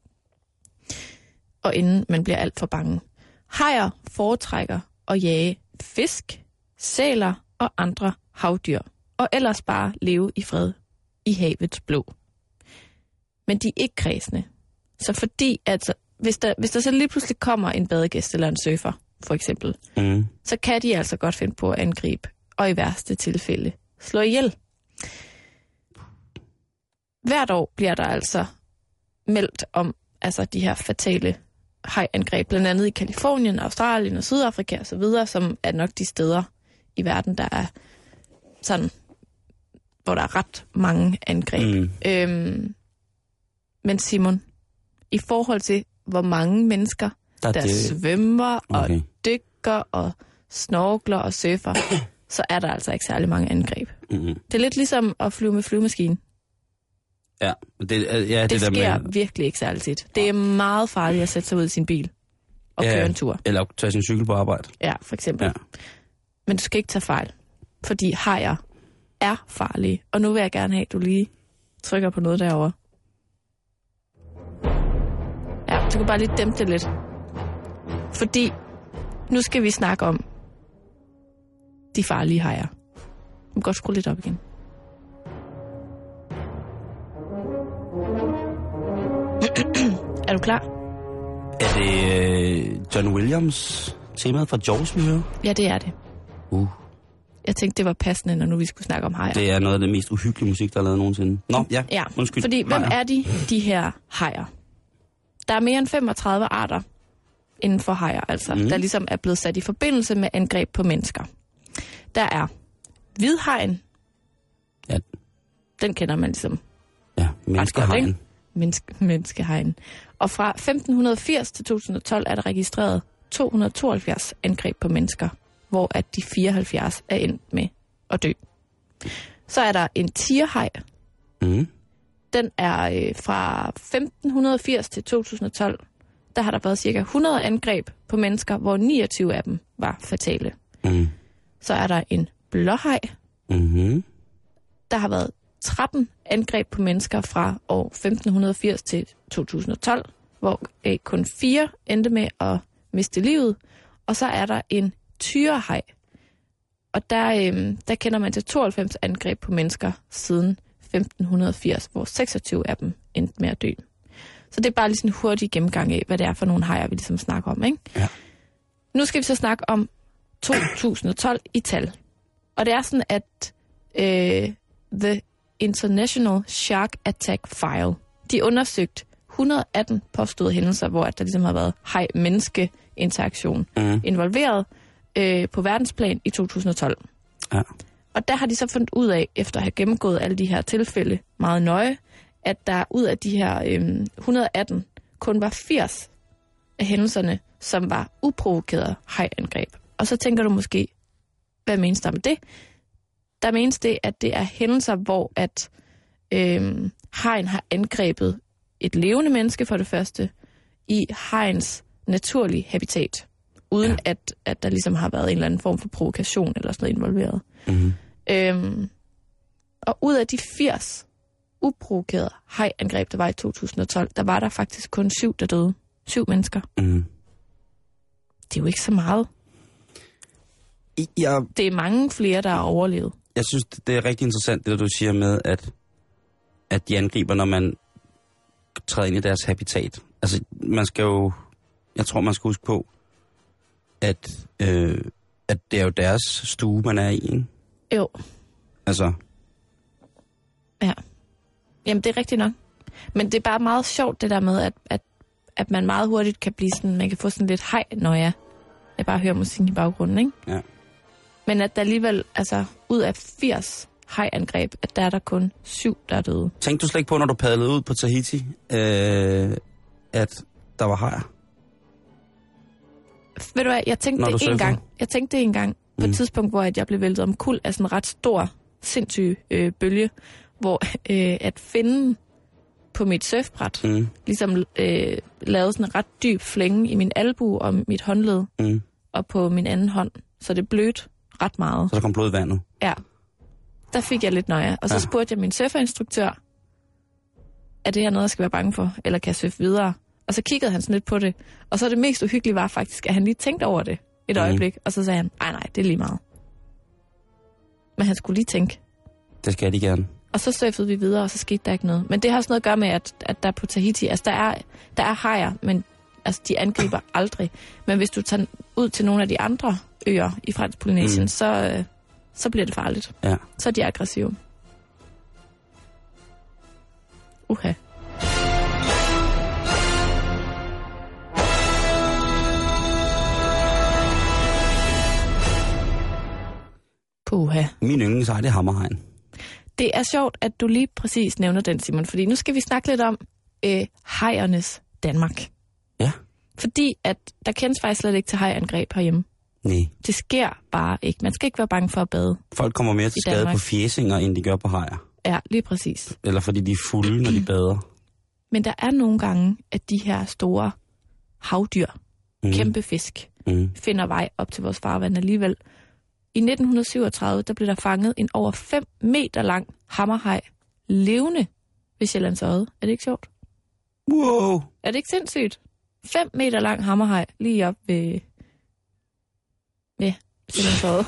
Og inden man bliver alt for bange. Hajer foretrækker at jage fisk, sæler og andre havdyr. Og ellers bare leve i fred i havets blå. Men de er ikke kredsende. Så fordi, altså, hvis der, hvis der så lige pludselig kommer en badegæst eller en surfer, for eksempel, mm. så kan de altså godt finde på at angribe, og i værste tilfælde slå ihjel. Hvert år bliver der altså meldt om altså de her fatale hajangreb, blandt andet i Kalifornien, Australien og Sydafrika osv., som er nok de steder i verden, der er sådan, hvor der er ret mange angreb. Mm. Øhm, men Simon, i forhold til, hvor mange mennesker, der, der det... svømmer okay. og dykker og snorkler og surfer, så er der altså ikke særlig mange angreb.
Mm-hmm.
Det er lidt ligesom at flyve med flyvemaskine.
Ja, det, ja, det,
det
der
sker
med...
virkelig ikke særlig tit. Det er meget farligt at sætte sig ud i sin bil og
ja,
køre en tur.
Eller tage sin cykel på arbejde.
Ja, for eksempel.
Ja.
Men du skal ikke tage fejl, fordi hajer er farlige. Og nu vil jeg gerne have, at du lige trykker på noget derovre. Ja, du kan bare lige dæmpe det lidt. Fordi nu skal vi snakke om de farlige hajer. Du kan godt skrue lidt op igen. Er du klar?
Er det øh, John Williams temaet fra Jaws, vi hører?
Ja, det er det.
Uh.
Jeg tænkte, det var passende, når nu vi skulle snakke om hajer.
Det er noget af det mest uhyggelige musik, der er lavet nogensinde. Nå, ja,
ja.
Undskyld.
Fordi, hvem er de, de her hajer? Der er mere end femogtredive arter inden for hajer, altså, mm. der ligesom er blevet sat i forbindelse med angreb på mennesker. Der er hvidhajen.
Ja.
Den kender man ligesom.
Ja, menneskehajen.
Menneske, menneskehajen. Og fra femten firs til to tusind og tolv er der registreret to hundrede og tooghalvfjerds angreb på mennesker, hvor at de fireoghalvfjerds er endt med at dø. Så er der en tigerhaj.
Mm.
Den er øh, fra femten firs til to tusind og tolv. Der har der været cirka hundrede angreb på mennesker, hvor niogtyve af dem var fatale.
Mm.
Så er der en blåhaj.
Mm-hmm.
Der har været tretten angreb på mennesker fra år femten firs til to tusind og tolv, hvor øh, kun fire endte med at miste livet. Og så er der en tyrehaj. Og der, øh, der kender man til tooghalvfems angreb på mennesker siden femten firs, hvor seksogtyve af dem endte med at dø. Så det er bare lige sådan en hurtig gennemgang af, hvad det er for nogle hajer, vi ligesom snakker om, ikke?
Ja.
Nu skal vi så snakke om to tusind og tolv i tal. Og det er sådan, at øh, The International Shark Attack File, de undersøgte et hundrede og atten påståede hændelser, hvor der ligesom har været haj-menneske-interaktion mm. involveret øh, på verdensplan i to tusind og tolv.
Ja.
Og der har de så fundet ud af, efter at have gennemgået alle de her tilfælde meget nøje, at der ud af de her øh, et hundrede og atten kun var firs af hændelserne, som var uprovokerede hajangreb. Og så tænker du måske, hvad menes der med det? Der menes det, at det er hændelser, hvor at øh, hajen har angrebet et levende menneske for det første, i hajens naturlige habitat, uden ja. at, at der ligesom har været en eller anden form for provokation eller sådan noget involveret. Mm-hmm. Øhm, og ud af de firs uprovokerede hajangreb, der var i to tusind og tolv, der var der faktisk kun syv, der døde. Syv mennesker. Mm. Det er jo ikke så meget.
Jeg,
det er mange flere, der har overlevet.
Jeg synes, det er rigtig interessant, det der du siger med, at, at de angriber, når man træder ind i deres habitat. Altså, man skal jo... Jeg tror, man skal huske på, at, øh, at det er jo deres stue, man er i, ikke?
Jo.
Altså...
Ja. Jamen, det er rigtigt nok. Men det er bare meget sjovt, det der med, at, at, at man meget hurtigt kan blive sådan... Man kan få sådan lidt hej, når jeg, jeg bare hører musikken i baggrunden, ikke?
Ja.
Men at der alligevel, altså, ud af firs hajangreb, at der er der kun syv, der er døde.
Tænkte du slet ikke på, når du padlede ud på Tahiti, øh, at der var hajer?
Ved du hvad, jeg tænkte
når
det en gang. Jeg tænkte det en gang på mm. et tidspunkt, hvor jeg blev væltet omkuld af sådan en ret stor, sindssyg øh, bølge, hvor øh, at finden på mit surfbræt mm. ligesom øh, lavede sådan en ret dyb flænge i min albu og mit håndled mm. og på min anden hånd. Så det blødte ret meget.
Så der kom blod i vandet?
Ja. Der fik jeg lidt nøje. Og så ja. spurgte jeg min surferinstruktør, er det her noget, jeg skal være bange for? Eller kan jeg surfe videre? Og så kiggede han sådan lidt på det. Og så det mest uhyggelige var faktisk, at han lige tænkte over det et mm. øjeblik. Og så sagde han, nej nej, det er lige meget. Men han skulle lige tænke.
Det skal de gerne.
Og så surfede vi videre, og så skete der ikke noget. Men det har også noget at gøre med, at, at der på Tahiti, altså der er, der er hajer, men altså, de angriber aldrig. Men hvis du tager ud til nogle af de andre øer i Fransk Polynesien, mm. så, øh, så bliver det farligt.
Ja.
Så er de aggressive. Uha. Puha.
Min yndlingshaj, det er hammerhajen.
Det er sjovt, at du lige præcis nævner den, Simon, fordi nu skal vi snakke lidt om øh, hajernes Danmark.
Ja.
Fordi at der kendes faktisk slet ikke til hajangreb herhjemme.
Nej.
Det sker bare ikke. Man skal ikke være bange for at bade.
Folk kommer mere til skade på fjæsinger, end de gør på hajer.
Ja, lige præcis.
Eller fordi de er fulde, når de bader.
Men der er nogle gange, at de her store havdyr, mm. kæmpe fisk,
mm.
finder vej op til vores farvand alligevel. I nitten syvogtredive, der blev der fanget en over fem meter lang hammerhaj levende ved Sjællands Odde. Er det ikke sjovt?
Wow!
Er det ikke sindssygt? fem meter lang hammerhaj lige op ved... ved Sjællands Odde.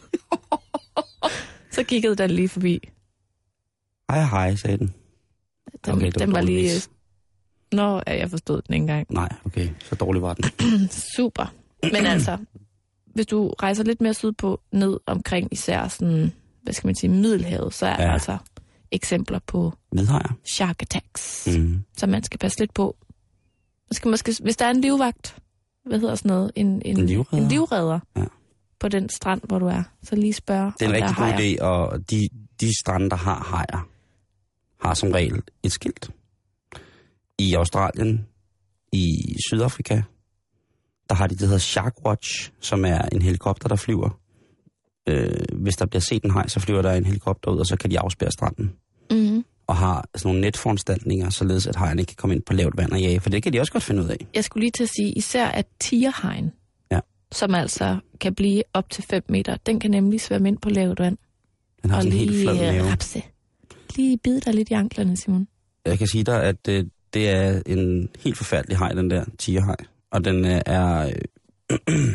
Så kiggede den lige forbi.
Hej, hej, sagde den.
Den, okay, den var lige... Nå, ja, jeg forstod den ikke engang.
Nej, okay. Så dårlig var den.
Super. Men altså, hvis du rejser lidt mere sydpå, ned omkring især sådan, hvad skal man sige, Middelhavet, så er ja. der altså eksempler på
Hvidhajer.
Shark attacks,
mm.
som man skal passe lidt på. Skal måske, hvis der er en livvagt, hvad hedder sådan noget? En, en,
en livredder,
en livredder
ja.
på den strand, hvor du er, så lige spørg.
Det er en rigtig god idé, og de, de strande, der har hajer, har som regel et skilt. I Australien, i Sydafrika, der har de det, der hedder Shark Watch, som er en helikopter, der flyver. Øh, hvis der bliver set en haj, så flyver der en helikopter ud, og så kan de afspærre stranden.
Mm-hmm.
Og har sådan nogle netforanstaltninger, således at hajerne ikke kan komme ind på lavt vand og jage, for det kan de også godt finde ud af.
Jeg skulle lige til at sige, især at tigerhajen,
ja.
som altså kan blive op til fem meter, den kan nemlig svømme ind på lavt vand.
Den har
og
sådan
lige
helt flad mave.
Rapse. Lige bide dig lidt i anklerne, Simon. Jeg
kan sige dig, at øh, det er en helt forfærdelig haj, den der tigerhaj. Og den øh, er... Øh,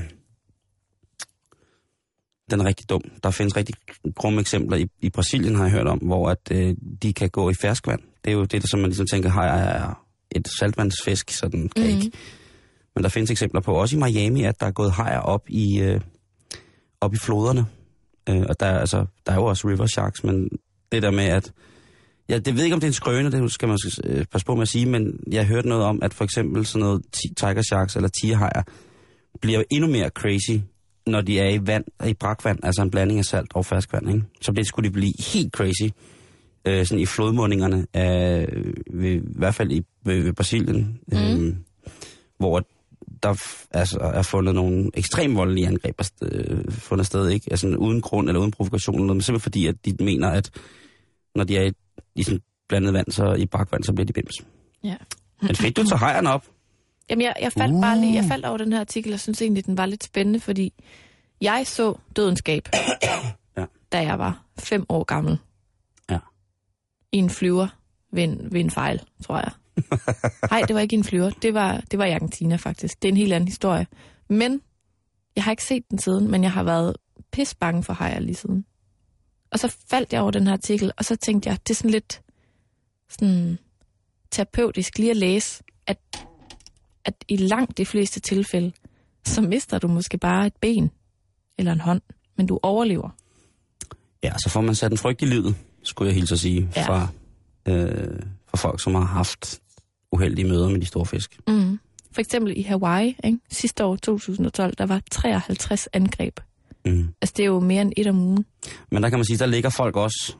den er rigtig dum. Der findes rigtig grumme eksempler i, i Brasilien, har jeg hørt om, hvor at, øh, de kan gå i ferskvand. Det er jo det, som man ligesom tænker, haj er et saltvandsfisk, så den kan mm-hmm. ikke. Men der findes eksempler på, også i Miami, at der er gået hajer op i, øh, op i floderne. Øh, og der, altså, der er jo også river sharks, men det der med, at... Ja, det ved ikke, om det er en skrøne, det skal man øh, passe på med at sige, men jeg hørte noget om, at for eksempel sådan noget tiger sharks eller tigerhajer bliver endnu mere crazy, når de er i vand, i brakvand, altså en blanding af salt og ferskvand, ikke? Så det skulle de blive helt crazy, øh, sådan i flodmundingerne, af, ved, i hvert fald i ved, ved Brasilien, mm. øh, hvor der altså, er fundet nogle ekstremt voldelige angreb øh, fundet sted, ikke? Altså uden grund eller uden provokation, men simpelthen fordi, at de mener, at når de er i, i sådan blandet vand, så i brakvand, så bliver de bims.
Ja.
Men fedt, du tager hajerne op.
Jamen, jeg, jeg faldt uh. bare lige, jeg faldt over den her artikel, og synes egentlig, den var lidt spændende, fordi jeg så Dødenskab,
ja.
da jeg var fem år gammel.
Ja.
I en flyver ved en, ved en fejl, tror jeg. Nej, det var ikke en flyver. Det var, det var i Argentina, faktisk. Det er en helt anden historie. Men jeg har ikke set den siden, men jeg har været pis bange for hajer lige siden. Og så faldt jeg over den her artikel, og så tænkte jeg, det er sådan lidt sådan terapeutisk lige at læse, at, at i langt de fleste tilfælde, så mister du måske bare et ben eller en hånd, men du overlever.
Ja, så får man sat en frygt i livet, skulle jeg hilse at sige, ja. fra, øh, fra folk, som har haft uheldige møder med de store fisk.
Mm. For eksempel i Hawaii, ikke? Sidste år, to tusind og tolv, der var treoghalvtreds angreb.
Mm.
Altså, det er jo mere end et om ugen.
Men der kan man sige, der ligger folk også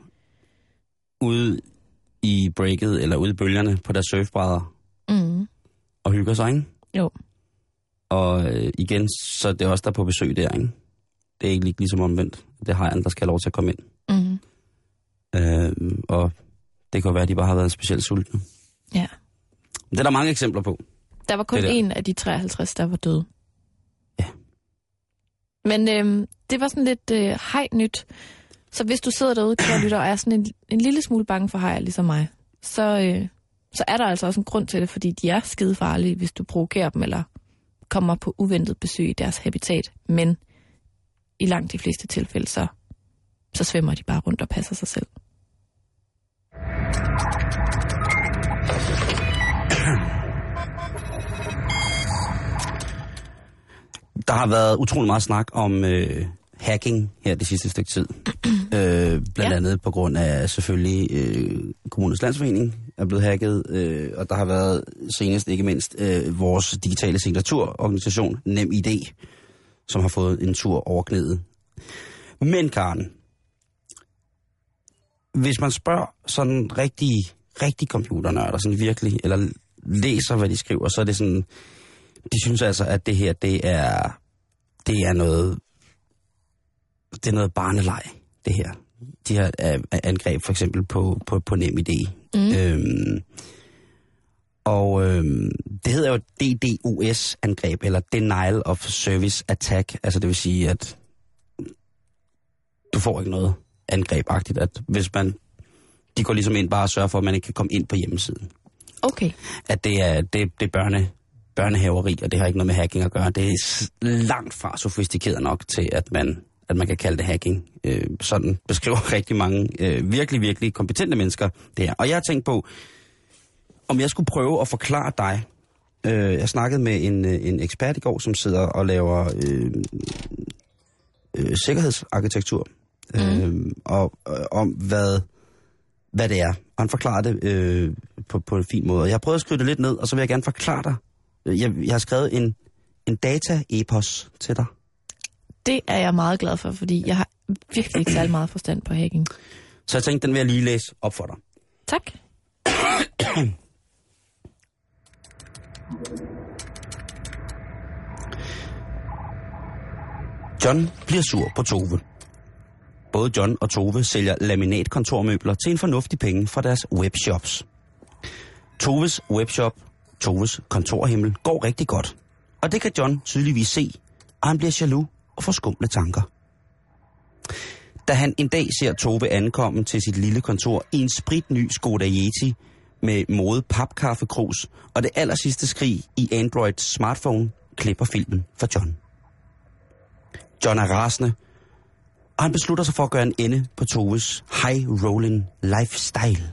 ude i breaket, eller ude i bølgerne på deres surfbrædder,
mm.
og hygger sig, ikke?
Jo.
Og øh, igen, så er det også der på besøg der, ikke? Det er ikke lige ligesom omvendt. Det har jeg, der skal have lov til at komme ind.
Mm.
Øh, og det kan være, at de bare har været specielt sultne.
Ja.
Det er der mange eksempler på.
Der var kun en af de treoghalvtreds, der var døde.
Ja.
Men øhm, det var sådan lidt øh, haj-nyt. Så hvis du sidder derude, kære lytter, og er sådan en, en lille smule bange for hajer, ligesom mig, så, øh, så er der altså også en grund til det, fordi de er skidefarlige, hvis du provokerer dem, eller kommer på uventet besøg i deres habitat. Men i langt de fleste tilfælde, så, så svømmer de bare rundt og passer sig selv.
Der har været utrolig meget snak om øh, hacking her det sidste stykke tid. øh, blandt ja. andet på grund af selvfølgelig øh, Kommunernes Landsforening er blevet hacket, øh, og der har været senest ikke mindst øh, vores digitale signaturorganisation NemID, som har fået en tur over knæet. Men Karen, hvis man spørger sådan rigtig, rigtig computernørder, sådan virkelig, eller læser, hvad de skriver, så er det sådan, de synes altså, at det her, det er det er noget, det er noget barneleg, det her. De her uh, angreb for eksempel på, på, på NemID. Mm. Øhm, og øhm, det hedder jo D D O S-angreb, eller Denial of Service Attack. Altså det vil sige, at du får ikke noget angrebagtigt, at hvis man, de går ligesom ind bare og sørger for, at man ikke kan komme ind på hjemmesiden.
Okay.
At det er, det, det er børne, børnehaveri, og det har ikke noget med hacking at gøre. Det er langt fra sofistikeret nok til, at man, at man kan kalde det hacking. Øh, sådan beskriver rigtig mange øh, virkelig, virkelig kompetente mennesker det her. Og jeg har tænkt på, om jeg skulle prøve at forklare dig. Øh, jeg snakkede med en, en ekspert i går, som sidder og laver øh, øh, sikkerhedsarkitektur. Mm. Øh, og øh, om hvad, hvad det er. Og han forklarer det øh, på, på en fin måde. Jeg har prøvet at skrive det lidt ned, og så vil jeg gerne forklare dig. Jeg, jeg har skrevet en, en data-epos til dig.
Det er jeg meget glad for, fordi jeg har virkelig ikke særlig meget forstand på hacking.
Så jeg tænkte, den vil jeg lige læse op for dig.
Tak.
John bliver sur på Tove. Både John og Tove sælger laminatkontormøbler til en fornuftig penge fra deres webshops. Toves webshop, Toves kontorhimmel, går rigtig godt. Og det kan John tydeligvis se, og han bliver jaloux og får skumle tanker. Da han en dag ser Tove ankomme til sit lille kontor i en spritny Skoda Yeti med mode papkaffekrus og det allersidste skrig i Android smartphone, klipper filmen for John. John er rasende, og han beslutter sig for at gøre en ende på Toves high-rolling lifestyle.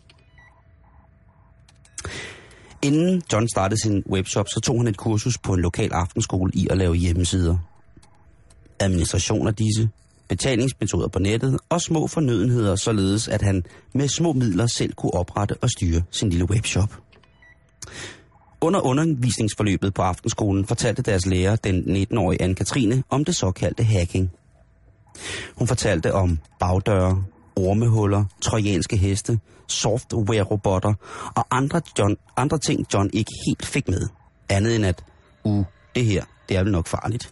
Inden John startede sin webshop, så tog han et kursus på en lokal aftenskole i at lave hjemmesider. Administration af disse, betalingsmetoder på nettet og små fornødenheder, således at han med små midler selv kunne oprette og styre sin lille webshop. Under undervisningsforløbet på aftenskolen fortalte deres lærer, den nitten-årige Anne-Katrine, om det såkaldte hacking. Hun fortalte om bagdøre, ormehuller, trojanske heste, software-robotter og andre, John, andre ting, John ikke helt fik med. Andet end at, uh, det her, det er vel nok farligt.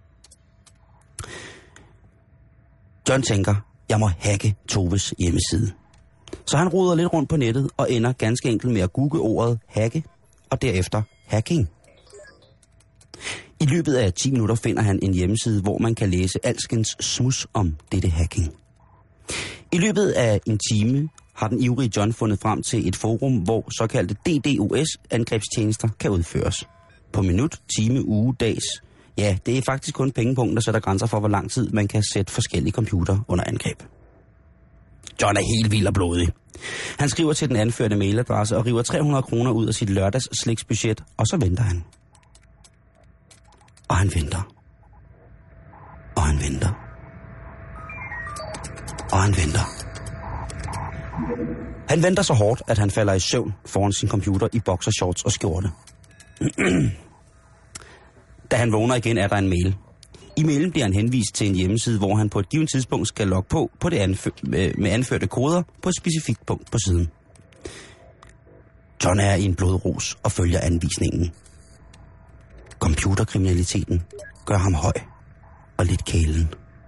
John tænker, jeg må hacke Toves hjemmeside. Så han roder lidt rundt på nettet og ender ganske enkelt med at google ordet hacke og derefter hacking. I løbet af ti minutter finder han en hjemmeside, hvor man kan læse alskens smus om dette hacking. I løbet af en time har den ivrige John fundet frem til et forum, hvor såkaldte D D O S-angrebstjenester kan udføres. På minut, time, uge, dags. Ja, det er faktisk kun pengepunkten, der sætter grænser for, hvor lang tid man kan sætte forskellige computer under angreb. John er helt vild og blodig. Han skriver til den anførte mailadresse og river tre hundrede kroner ud af sit lørdags sliksbudget, og så venter han. Og han venter. Og han venter. Og han venter. Han venter så hårdt, at han falder i søvn foran sin computer i boxershorts og skjorte. Da han vågner igen, er der en mail. I mailen bliver han henvist til en hjemmeside, hvor han på et givet tidspunkt skal logge på, på det anfø- med anførte koder på et specifikt punkt på siden. John er i en blodrus og følger anvisningen. Computerkriminaliteten gør ham høj og lidt kælen.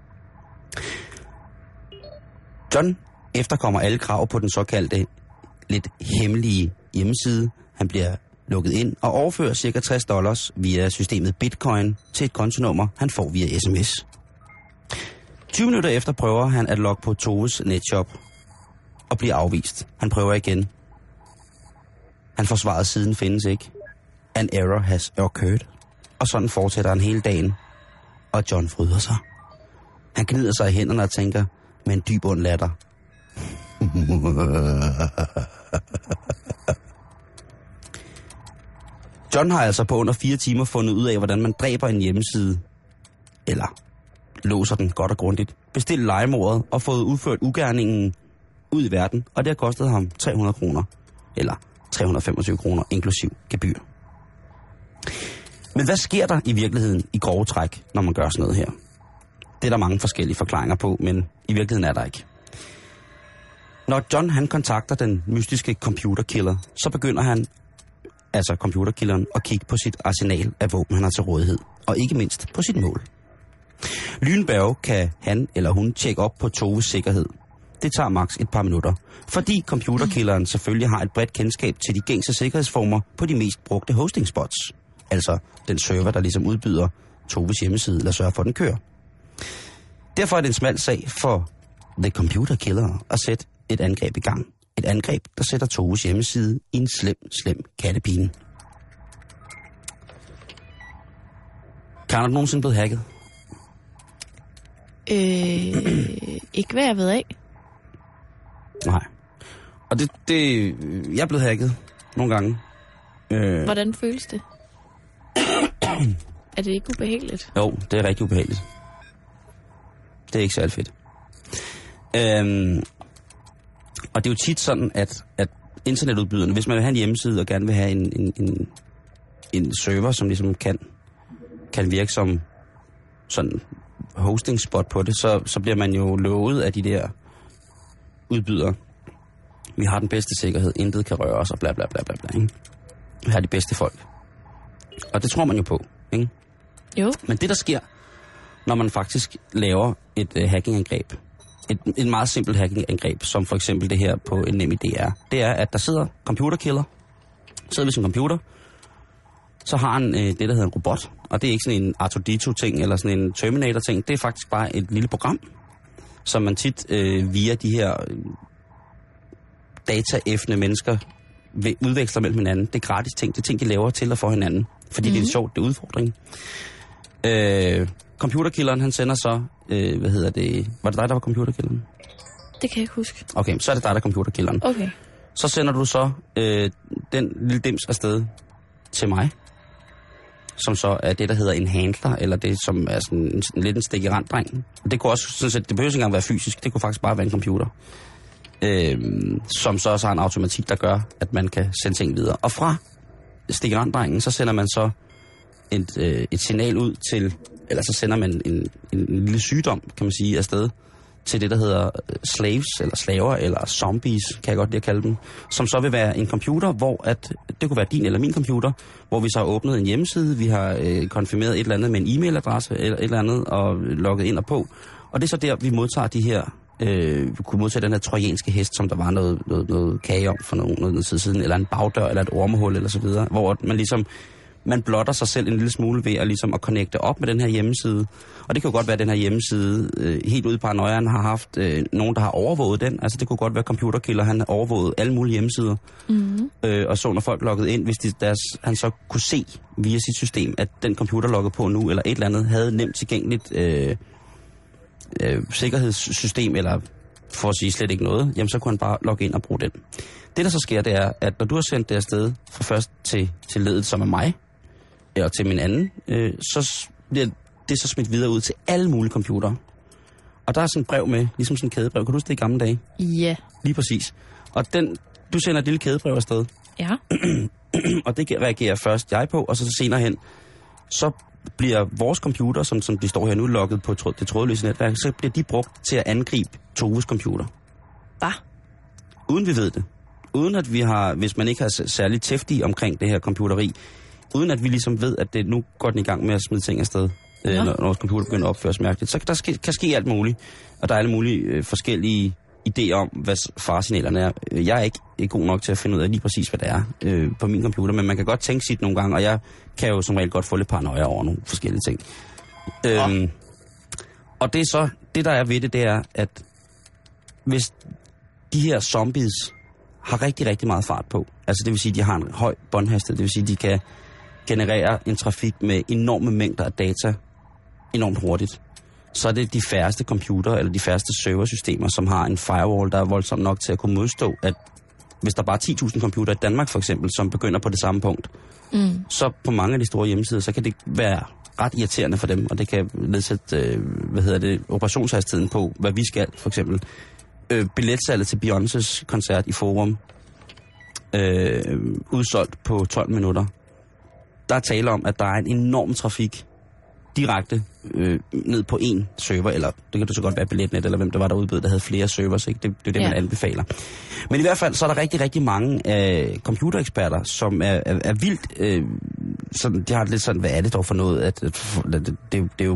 John efterkommer alle krav på den såkaldte lidt hemmelige hjemmeside. Han bliver lukket ind og overfører cirka tres dollars via systemet Bitcoin til et kontonummer, han får via sms. tyve minutter efter prøver han at logge på Toves netshop og bliver afvist. Han prøver igen. Han får svaret, siden findes ikke. An error has occurred. Og sådan fortsætter han hele dagen. Og John fryder sig. Han gnider sig i hænderne og tænker med en dyb ond latter. John har altså på under fire timer fundet ud af, hvordan man dræber en hjemmeside. Eller låser den godt og grundigt. Bestilt legemordet og fået udført ugerningen ud i verden. Og det har kostet ham tre hundrede kroner. Eller tre hundrede og femogtyve kroner inklusiv gebyr. Men hvad sker der i virkeligheden i grove træk, når man gør sådan noget her? Det er der mange forskellige forklaringer på, men i virkeligheden er der ikke. Når John han kontakter den mystiske computerkiller, så begynder han, altså computerkilleren, at kigge på sit arsenal af våben, han har til rådighed. Og ikke mindst på sit mål. Lynberg kan han eller hun tjekke op på Toves sikkerhed. Det tager maks et par minutter, fordi computerkilleren selvfølgelig har et bredt kendskab til de gængse sikkerhedsformer på de mest brugte hostingspots. Altså den server, der ligesom udbyder Toves hjemmeside, eller sørger for, at den kører. Derfor er det en smal sag for The Computer Killer at sætte et angreb i gang. Et angreb, der sætter Toves hjemmeside i en slem, slem kattepine. Kan du nogensinde blevet hacket?
Øh, ikke hvad jeg ved af.
Nej. Og det, det... Jeg er blevet hacket nogle gange. Øh...
Hvordan føles det? Er det ikke ubehageligt?
Jo, det er rigtig ubehageligt. Det er ikke særlig fedt. Øhm... Og det er jo tit sådan, at, at internetudbyderne, hvis man vil have en hjemmeside og gerne vil have en, en, en, en server, som ligesom kan, kan virke som sådan hosting spot på det, så, så bliver man jo lovet af de der udbydere. Vi har den bedste sikkerhed, intet kan røre os, og bla bla bla bla bla. Ikke? Vi har de bedste folk. Og det tror man jo på, ikke?
Jo.
Men det, der sker, når man faktisk laver et uh, hackingangreb, et, et meget simpelt hackingangreb, som for eksempel det her på en NemID er, det er, at der sidder computerkiller, sidder ved sin computer, så har han øh, det, der hedder en robot, og det er ikke sådan en R to D to-ting eller sådan en Terminator-ting, det er faktisk bare et lille program, som man tit øh, via de her øh, dataæffende mennesker udveksler mellem hinanden. Det er gratis ting, det er ting, de laver til og for hinanden, fordi mm-hmm. det er sjovt, det er udfordring. Øh, computerkilleren, han sender så, øh, hvad hedder det, var det dig, der var computerkilleren?
Det kan jeg ikke huske.
Okay, så er det dig, der er computerkilleren.
Okay.
Så sender du så øh, den lille dims afsted til mig, som så er det, der hedder en handler, eller det, som er sådan en, en lidt en stik i randdreng. Det kunne også, sådan set, det behøver ikke engang være fysisk, det kunne faktisk bare være en computer, øh, som så også har en automatik, der gør, at man kan sende ting videre. Og fra stik i randdrengen, så sender man så et, øh, et signal ud til, eller så sender man en, en, en lille sygdom, kan man sige, afsted til det, der hedder slaves, eller slaver, eller zombies, kan jeg godt lide at kalde dem, som så vil være en computer, hvor at, det kunne være din eller min computer, hvor vi så har åbnet en hjemmeside, vi har øh, konfirmeret et eller andet med en e-mailadresse, eller et eller andet, og logget ind og på. Og det er så der, vi modtager de her, øh, vi kunne modtage den her trojanske hest, som der var noget, noget, noget kage om for noget, noget tid siden, eller en bagdør, eller et ormehul, eller så videre, hvor man ligesom man blotter sig selv en lille smule ved at, ligesom, at connecte op med den her hjemmeside. Og det kan jo godt være, at den her hjemmeside øh, helt ude i paranoiaen har haft øh, nogen, der har overvåget den. Altså det kunne godt være computerkiller, han har overvåget alle mulige hjemmesider. Mm-hmm. Øh, og så når folk loggede ind, hvis de deres, han så kunne se via sit system, at den computer loggede på nu, eller et eller andet, havde nemt tilgængeligt øh, øh, sikkerhedssystem, eller for at sige slet ikke noget, jamen så kunne han bare logge ind og bruge den. Det der så sker, det er, at når du har sendt det afsted fra først til, til ledet, som er mig, og til min anden, øh, så bliver det så smidt videre ud til alle mulige computere. Og der er sådan et brev med, ligesom sådan et kædebrev. Kan du huske det i gamle dage?
Ja. Yeah.
Lige præcis. Og den, du sender et lille kædebrev afsted.
Ja.
Og det reagerer først jeg på, og så senere hen, så bliver vores computer, som, som de står her nu, logget på tråd, det trådløse netværk, så bliver de brugt til at angribe Toves computer.
Hvad?
Uden vi ved det. Uden at vi har, hvis man ikke har særligt tæftig omkring det her computeri, uden at vi ligesom ved, at det nu går den i gang med at smide ting afsted, ja. øh, når, når vores computer begynder at opføre sig mærkeligt. Så der ske, kan ske alt muligt, og der er alle mulige øh, forskellige idéer om, hvad faresignalerne er. Jeg er ikke, ikke god nok til at finde ud af lige præcis, hvad det er øh, på min computer, men man kan godt tænke sit nogle gange, og jeg kan jo som regel godt få lidt paranoia over nogle forskellige ting. Ja. Øhm, og det er så, det der er ved det, det er, at hvis de her zombies har rigtig, rigtig meget fart på, altså det vil sige, at de har en høj båndhastighed, det vil sige, at de kan generere en trafik med enorme mængder af data enormt hurtigt, så er det de færreste computer eller de færreste serversystemer, som har en firewall, der er voldsomt nok til at kunne modstå, at hvis der bare er ti tusind computer i Danmark for eksempel, som begynder på det samme punkt, mm. så på mange af de store hjemmesider, så kan det være ret irriterende for dem, og det kan nedsætte, øh, hvad hedder det, operationshastigheden på, hvad vi skal, for eksempel. Øh, billetsalget til Beyoncés koncert i Forum, øh, udsolgt på tolv minutter. Der er tale om, at der er en enorm trafik direkte øh, ned på en server, eller det kan det så godt være Billetnet, eller hvem der var der udbød, der havde flere servers, ikke? Det, det er det, ja. Man anbefaler. Men i hvert fald, så er der rigtig, rigtig mange øh, computereksperter, som er, er, er vildt, øh, sådan, de har lidt sådan, hvad er det dog for noget, at, at det, det, det er jo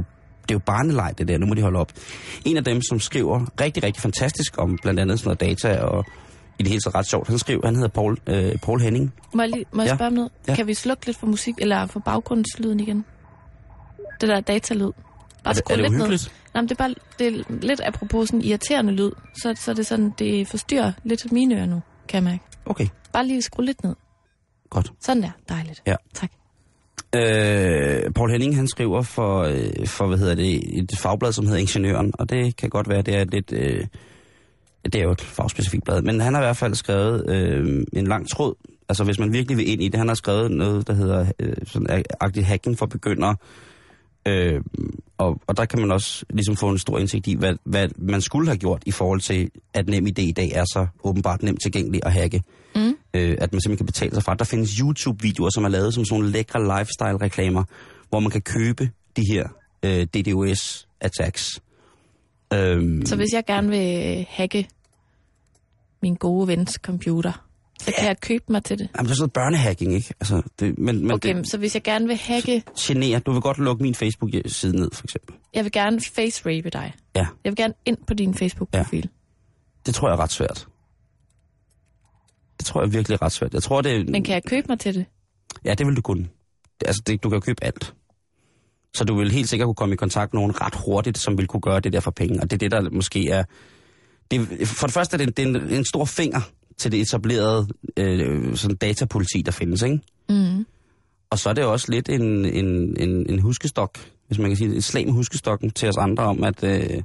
det er jo barneleg, det der. Nu må de holde op. En af dem, som skriver rigtig, rigtig fantastisk om blandt andet sådan noget data, og i det hele taget ret sjovt, han skriver, han hedder Paul, øh, Paul Henning.
Må jeg, lige, må jeg
ja.
spørge om noget?
Ja.
Kan vi slukke lidt for musik, eller for baggrundslyden igen? Det der datalyd.
Er det, er det uhyggeligt?
Nej, men det er bare det er lidt apropos sådan irriterende lyd, så, så det er sådan, det forstyrrer lidt mine ører nu, kan jeg mærke.
Okay.
Bare lige skrue lidt ned.
Godt.
Sådan der, dejligt.
Ja.
Tak.
Øh, Paul Henning, han skriver for, øh, for, hvad hedder det, et fagblad, som hedder Ingeniøren, og det kan godt være, det er lidt, øh, det er jo et fagspecifikt blad, men han har i hvert fald skrevet øh, en lang tråd, altså hvis man virkelig vil ind i det, han har skrevet noget, der hedder øh, sådan agtig hacking for begyndere, øh, og, og der kan man også ligesom få en stor indsigt i, hvad, hvad man skulle have gjort i forhold til, at NemID i dag er så åbenbart nemt tilgængelig at hacke. Mm. Øh, at man simpelthen kan betale sig fra. Der findes YouTube-videoer, som er lavet som sådan nogle lækre lifestyle-reklamer, hvor man kan købe de her øh, D DOS-attacks. Øhm,
så hvis jeg gerne vil hacke min gode vens computer, så kan jeg købe mig til det?
Jamen, det er sådan noget børnehacking, ikke? Altså, det, men, men
okay,
det,
så hvis jeg gerne vil hacke...
Generer. Du vil godt lukke min Facebook-side ned, for eksempel.
Jeg vil gerne face-rape dig.
Ja.
Jeg vil gerne ind på din Facebook-profil. Ja.
Det tror jeg er ret svært. Det tror jeg virkelig er ret svært. Jeg tror, det...
Men kan jeg købe mig til det?
Ja, det vil du kunne. Altså, det, du kan jo købe alt. Så du vil helt sikkert kunne komme i kontakt med nogen ret hurtigt, som vil kunne gøre det der for penge. Og det er det, der måske er... Det, for det første er det, det er en, en stor finger til det etablerede øh, sådan datapoliti, der findes, ikke?
Mm.
Og så er det også lidt en, en, en, en huskestok, hvis man kan sige det, et slag med huskestokken til os andre om, at... Øh,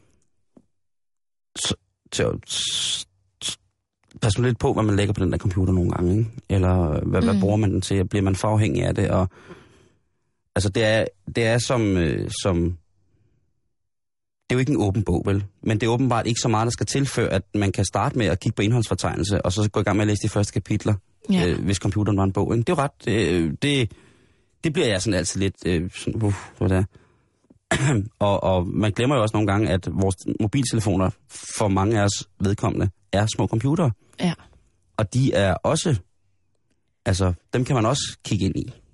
så, til, pas nu lidt på, hvad man lægger på den der computer nogle gange, ikke? Eller hvad, mm. hvad bruger man den til? Bliver man for afhængig af det? Og, altså, det er, det er som, øh, som... Det er jo ikke en åben bog, vel? Men det er åbenbart ikke så meget, der skal tilføre, at man kan starte med at kigge på indholdsfortegnelse, og så gå i gang med at læse de første kapitler, ja. øh, hvis computeren var en bog. Ikke? Det er jo ret... Øh, det, det bliver jeg sådan altid lidt... Øh, sådan, uh, hvad det er. og, og man glemmer jo også nogle gange, at vores mobiltelefoner, for mange af os vedkommende, er små computere.
Ja.
Og de er også... Altså, dem kan man også kigge ind i.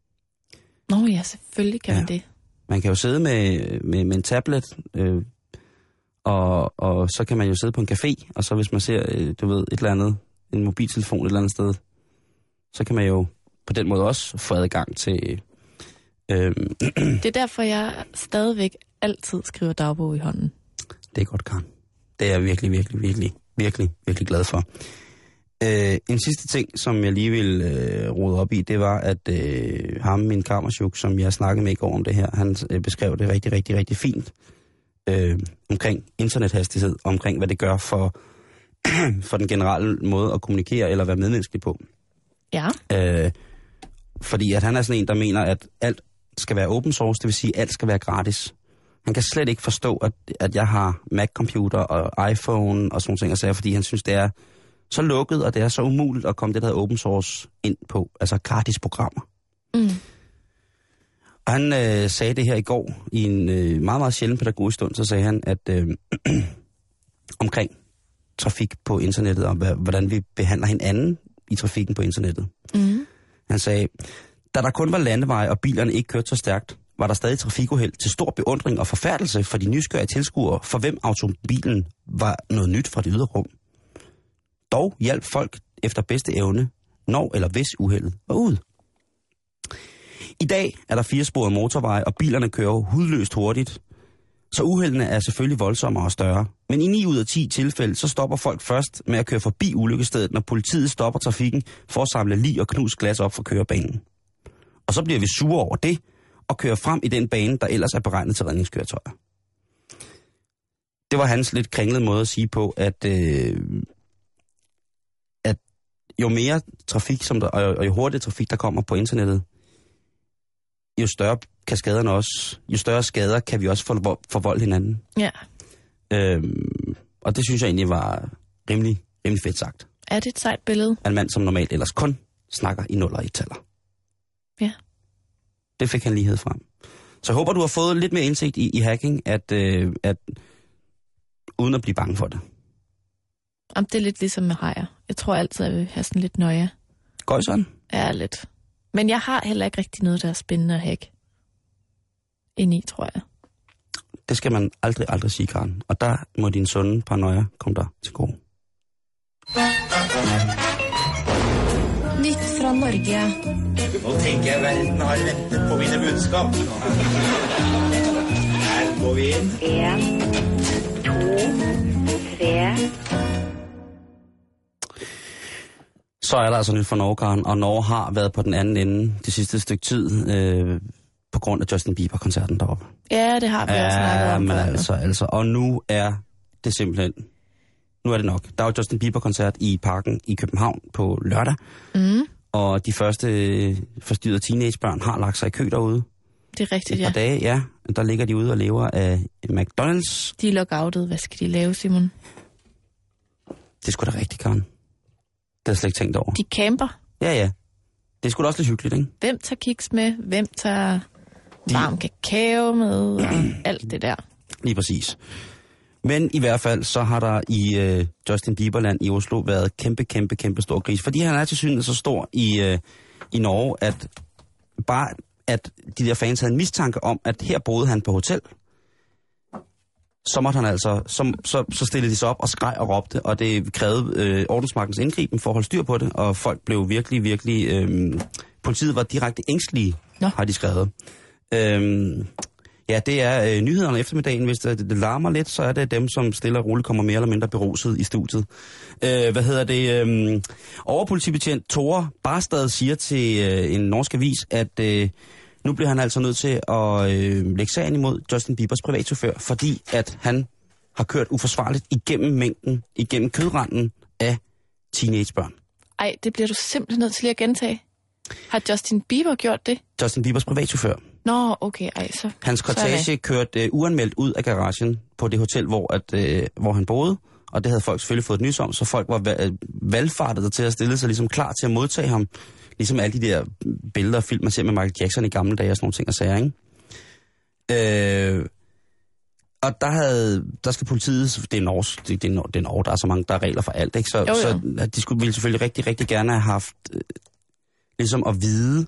Nå ja, selvfølgelig kan ja. man det.
Man kan jo sidde med, med, med en tablet, øh, og, og så kan man jo sidde på en café, og så hvis man ser, øh, du ved, et eller andet, en mobiltelefon et eller andet sted, så kan man jo på den måde også få adgang til... Øh,
det er derfor, jeg stadigvæk altid skriver dagbog i hånden.
Det er godt, Karen. Det er jeg virkelig, virkelig, virkelig, virkelig, virkelig glad for. Øh, en sidste ting, som jeg lige vil øh, rode op i, det var, at øh, ham, min kammersjuk, som jeg snakkede med i går om det her, han øh, beskrev det rigtig, rigtig, rigtig fint øh, omkring internethastighed, omkring hvad det gør for, for den generelle måde at kommunikere eller være medmenneskelig på.
Ja. Øh,
fordi at han er sådan en, der mener, at alt skal være open source, det vil sige, at alt skal være gratis. Han kan slet ikke forstå, at, at jeg har Mac-computer og iPhone og sådan nogle ting, fordi han synes, det er så lukket, og det er så umuligt at komme det, der hedder open source ind på, altså gratis programmer. Mm. Og han øh, sagde det her i går, i en øh, meget, meget sjælden pædagogisk stund, så sagde han, at øh, omkring trafik på internettet, og hvordan vi behandler hinanden i trafikken på internettet. Mm. Han sagde, da der kun var landeveje, og bilerne ikke kørte så stærkt, var der stadig trafikuheld til stor beundring og forfærdelse for de nysgerrige tilskuere, for hvem automobilen var noget nyt fra det ydre rum. Dog hjalp folk efter bedste evne, når eller hvis uheldet var ude. I dag er der firesporede motorveje, og bilerne kører hudløst hurtigt, så uheldene er selvfølgelig voldsommere og større. Men i ni ud af ti tilfælde, så stopper folk først med at køre forbi ulykkestedet, når politiet stopper trafikken for at samle lig og knus glas op for kørebanen. Og så bliver vi sure over det, og kører frem i den bane, der ellers er beregnet til redningskøretøjer. Det var hans lidt kringlede måde at sige på, at... Øh, jo mere trafik, som der, og jo hurtigere trafik, der kommer på internettet, jo større kan skaderne også, jo større skader kan vi også forvolde hinanden.
Ja.
Øhm, og det synes jeg egentlig var rimelig, rimelig fedt sagt.
Er det et sejt billede?
En mand, som normalt ellers kun snakker i nuller og et-taller.
Ja.
Det fik han lighed frem. Så jeg håber, du har fået lidt mere indsigt i, i hacking, at, øh, at uden at blive bange for det.
Jamen, det er lidt ligesom med hajer. Jeg tror altid, jeg vil have sådan lidt nøje.
Går I sådan?
Ja, lidt. Men jeg har heller ikke rigtig noget, der er spændende at hacke. Ind i, tror jeg.
Det skal man aldrig, aldrig sige, Karen. Og der må din sunde paranoia komme der til gode.
Nyt fra Norge.
Nå tænker jeg, verden har ventet på mine budskab. Her går vi ind.
En, to, tre.
Så er der altså nyt fra Norge, Karen, og Norge har været på den anden ende det sidste stykke tid, øh, på grund af Justin Bieber-koncerten deroppe.
Ja, det har vi også snakket
Ja,
om.
men
før.
altså, altså, og nu er det simpelthen, nu er det nok. Der var Justin Bieber-koncert i Parken i København på lørdag,
Mm,
og de første øh, forstyrrede teenagebørn har lagt sig i kø derude.
det er rigtigt,
Et par
ja.
dage, ja. Der ligger de ude og lever af McDonald's.
De er lockoutet. Hvad skal de lave, Simon?
Det er sgu da rigtigt, Karen. Det har jeg slet ikke tænkt over.
De camper.
Ja, ja. Det er sgu da også lidt hyggeligt, ikke?
Hvem tager kiks med? Hvem tager
De-
varm kakao med? Og alt det der.
Lige præcis. Men i hvert fald, så har der i øh, Justin Bieberland i Oslo været kæmpe, kæmpe, kæmpe stor gris. Fordi han er til synligheden så stor i, øh, i Norge, at bare at de der fans havde en mistanke om, at her boede han på hotel. Så måtte han altså, så, så, så stillede de sig op og skreg og råbte, og det krævede øh, ordensmagtens indgriben for at holde styr på det, og folk blev virkelig, virkelig, øh, politiet var direkte ængstelige,
Nå.
har de skrevet. Øhm, ja, det er øh, nyhederne eftermiddagen. Hvis det, det larmer lidt, så er det dem, som stille og roligt kommer mere eller mindre beruset i studiet. Øh, hvad hedder det? Øh, overpolitibetjent Tore Barstad siger til øh, en norsk avis, at øh, nu bliver han altså nødt til at øh, lægge sagen imod Justin Biebers privatchauffør, fordi at han har kørt uforsvarligt igennem mængden, igennem kødranden af teenagebørn.
Ej, det bliver du simpelthen nødt til lige at gentage. Har Justin Bieber gjort det?
Justin Biebers privatchauffør.
Nå, okay, ej, så...
Hans
så er
kortage kørte øh, uanmeldt ud af garagen på det hotel, hvor, at, øh, hvor han boede, og det havde folk selvfølgelig fået et nys om, så folk var va- valgfartet til at stille sig ligesom klar til at modtage ham. Ligesom alle de der billeder og film, man ser med Michael Jackson i gamle dage og sådan nogle ting og sager, ikke? Øh, og der havde, der skal politiet, det er Norge, det, det, er, det er Norge, der er så mange, der er regler for alt, ikke? Så,
Jo, jo.
så de skulle, ville selvfølgelig rigtig, rigtig gerne have haft, øh, ligesom at vide,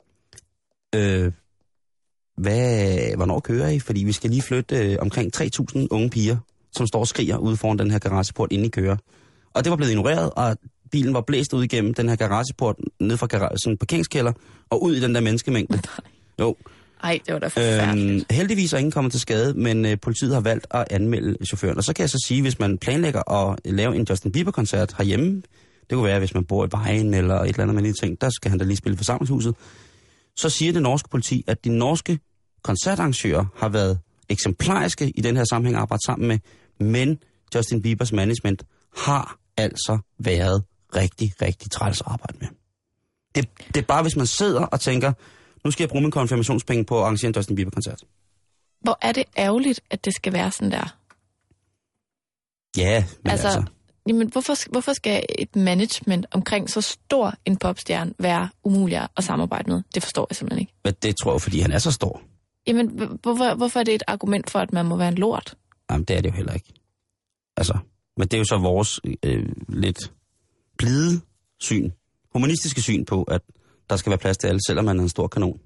øh, hvad, hvornår kører I? Fordi vi skal lige flytte øh, omkring tre tusind unge piger, som står og skriger ude foran den her garageport, inden I kører. Og det var blevet ignoreret, og bilen var blæst ud igennem den her garageport, ned fra garage, sådan en parkeringskælder, og ud i den der menneskemængde. Jo.
Ej, det var da forfærdeligt.
Øhm, heldigvis er ingen kommet til skade, men øh, politiet har valgt at anmelde chaufføren. Og så kan jeg så sige, hvis man planlægger at lave en Justin Bieber-koncert herhjemme, det kunne være, hvis man bor i Vejen eller et eller andet med de ting, der skal han da lige spille forsamlingshuset, så siger det norske politi, at de norske koncertarrangører har været eksemplariske i den her sammenhæng at arbejde sammen med, men Justin Biebers management har altså været rigtig, rigtig træls at arbejde med. Det, det er bare, hvis man sidder og tænker, nu skal jeg bruge min konfirmationspenge på at arrangere en Justin Bieber-koncert.
Hvor er det ærgerligt, at det skal være sådan der?
Ja, men
Altså,
altså...
jamen, hvorfor, hvorfor skal et management omkring så stor en popstjerne være umulig at samarbejde med? Det forstår jeg simpelthen ikke.
Men det tror jeg, fordi han er så stor.
Jamen, hvorfor, hvorfor er det et argument for, at man må være en lort?
Jamen, det er det jo heller ikke. Altså, men det er jo så vores øh, lidt blide syn, humanistiske syn på, at der skal være plads til alle, selvom man er en stor kanon.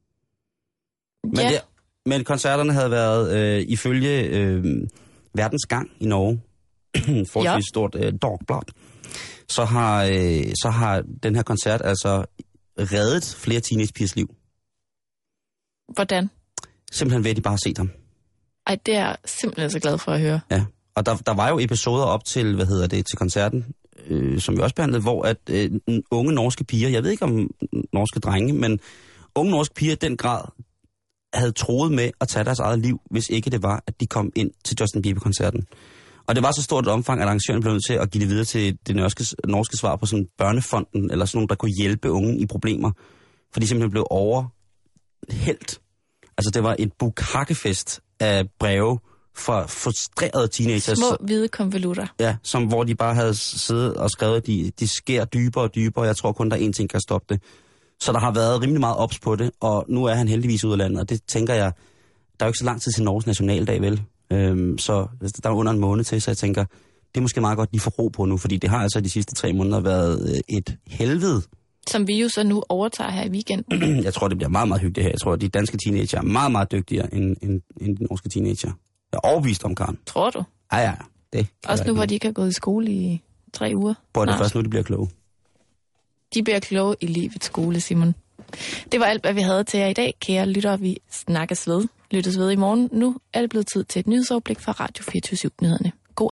Men,
Ja.
det, men koncerterne havde været øh, ifølge øh, Verdens Gang i Norge, forholdsvis
Ja.
stort øh, dogblad, så har, øh, så har den her koncert altså reddet flere teenagepigers liv.
Hvordan?
Simpelthen ved, at de bare har set ham.
Ej, det er jeg simpelthen så glad for at høre.
Ja, og der, der var jo episoder op til, hvad hedder det, til koncerten, øh, som vi også behandlede, hvor at øh, unge norske piger, jeg ved ikke om norske drenge, men unge norske piger i den grad havde troet med at tage deres eget liv, hvis ikke det var, at de kom ind til Justin Bieber-koncerten. Og det var så stort et omfang, at arrangøren blev nødt til at give det videre til det norske, norske svar på sådan børnefonden, eller sådan nogen, der kunne hjælpe unge i problemer, for de simpelthen blev overhældt. Altså det var et bukhakkefest af breve for frustrerede teenagers.
Små hvide konvolutter.
Ja, som, hvor de bare havde siddet og skrevet, at de, de sker dybere og dybere. Jeg tror kun, der er én ting, der kan stoppe det. Så der har været rimelig meget ops på det, og nu er han heldigvis ude af landet, og det tænker jeg, der er jo ikke så lang tid til Norges nationaldag, vel? Øhm, så der er under en måned til, så jeg tænker, det er måske meget godt lige få ro på nu, fordi det har altså de sidste tre måneder været et helvede
Som vi jo så nu overtager her i weekenden.
Jeg tror, det bliver meget, meget hyggeligt her. Jeg tror, at de danske teenager er meget, meget dygtigere end, end, end de norske teenager. Jeg er overbevist om, Karen.
Tror du?
Ja, ja. Det
også nu, hvor de ikke har gået i skole i tre uger.
Hvor det først nu, de bliver kloge.
De bliver kloge i livets skole, Simon. Det var alt, hvad vi havde til jer i dag, kære lyttere. Vi snakkes ved. Lyttes ved i morgen. Nu er det blevet tid til et nyhedsoverblik fra Radio fireogtyve syv-nyhederne.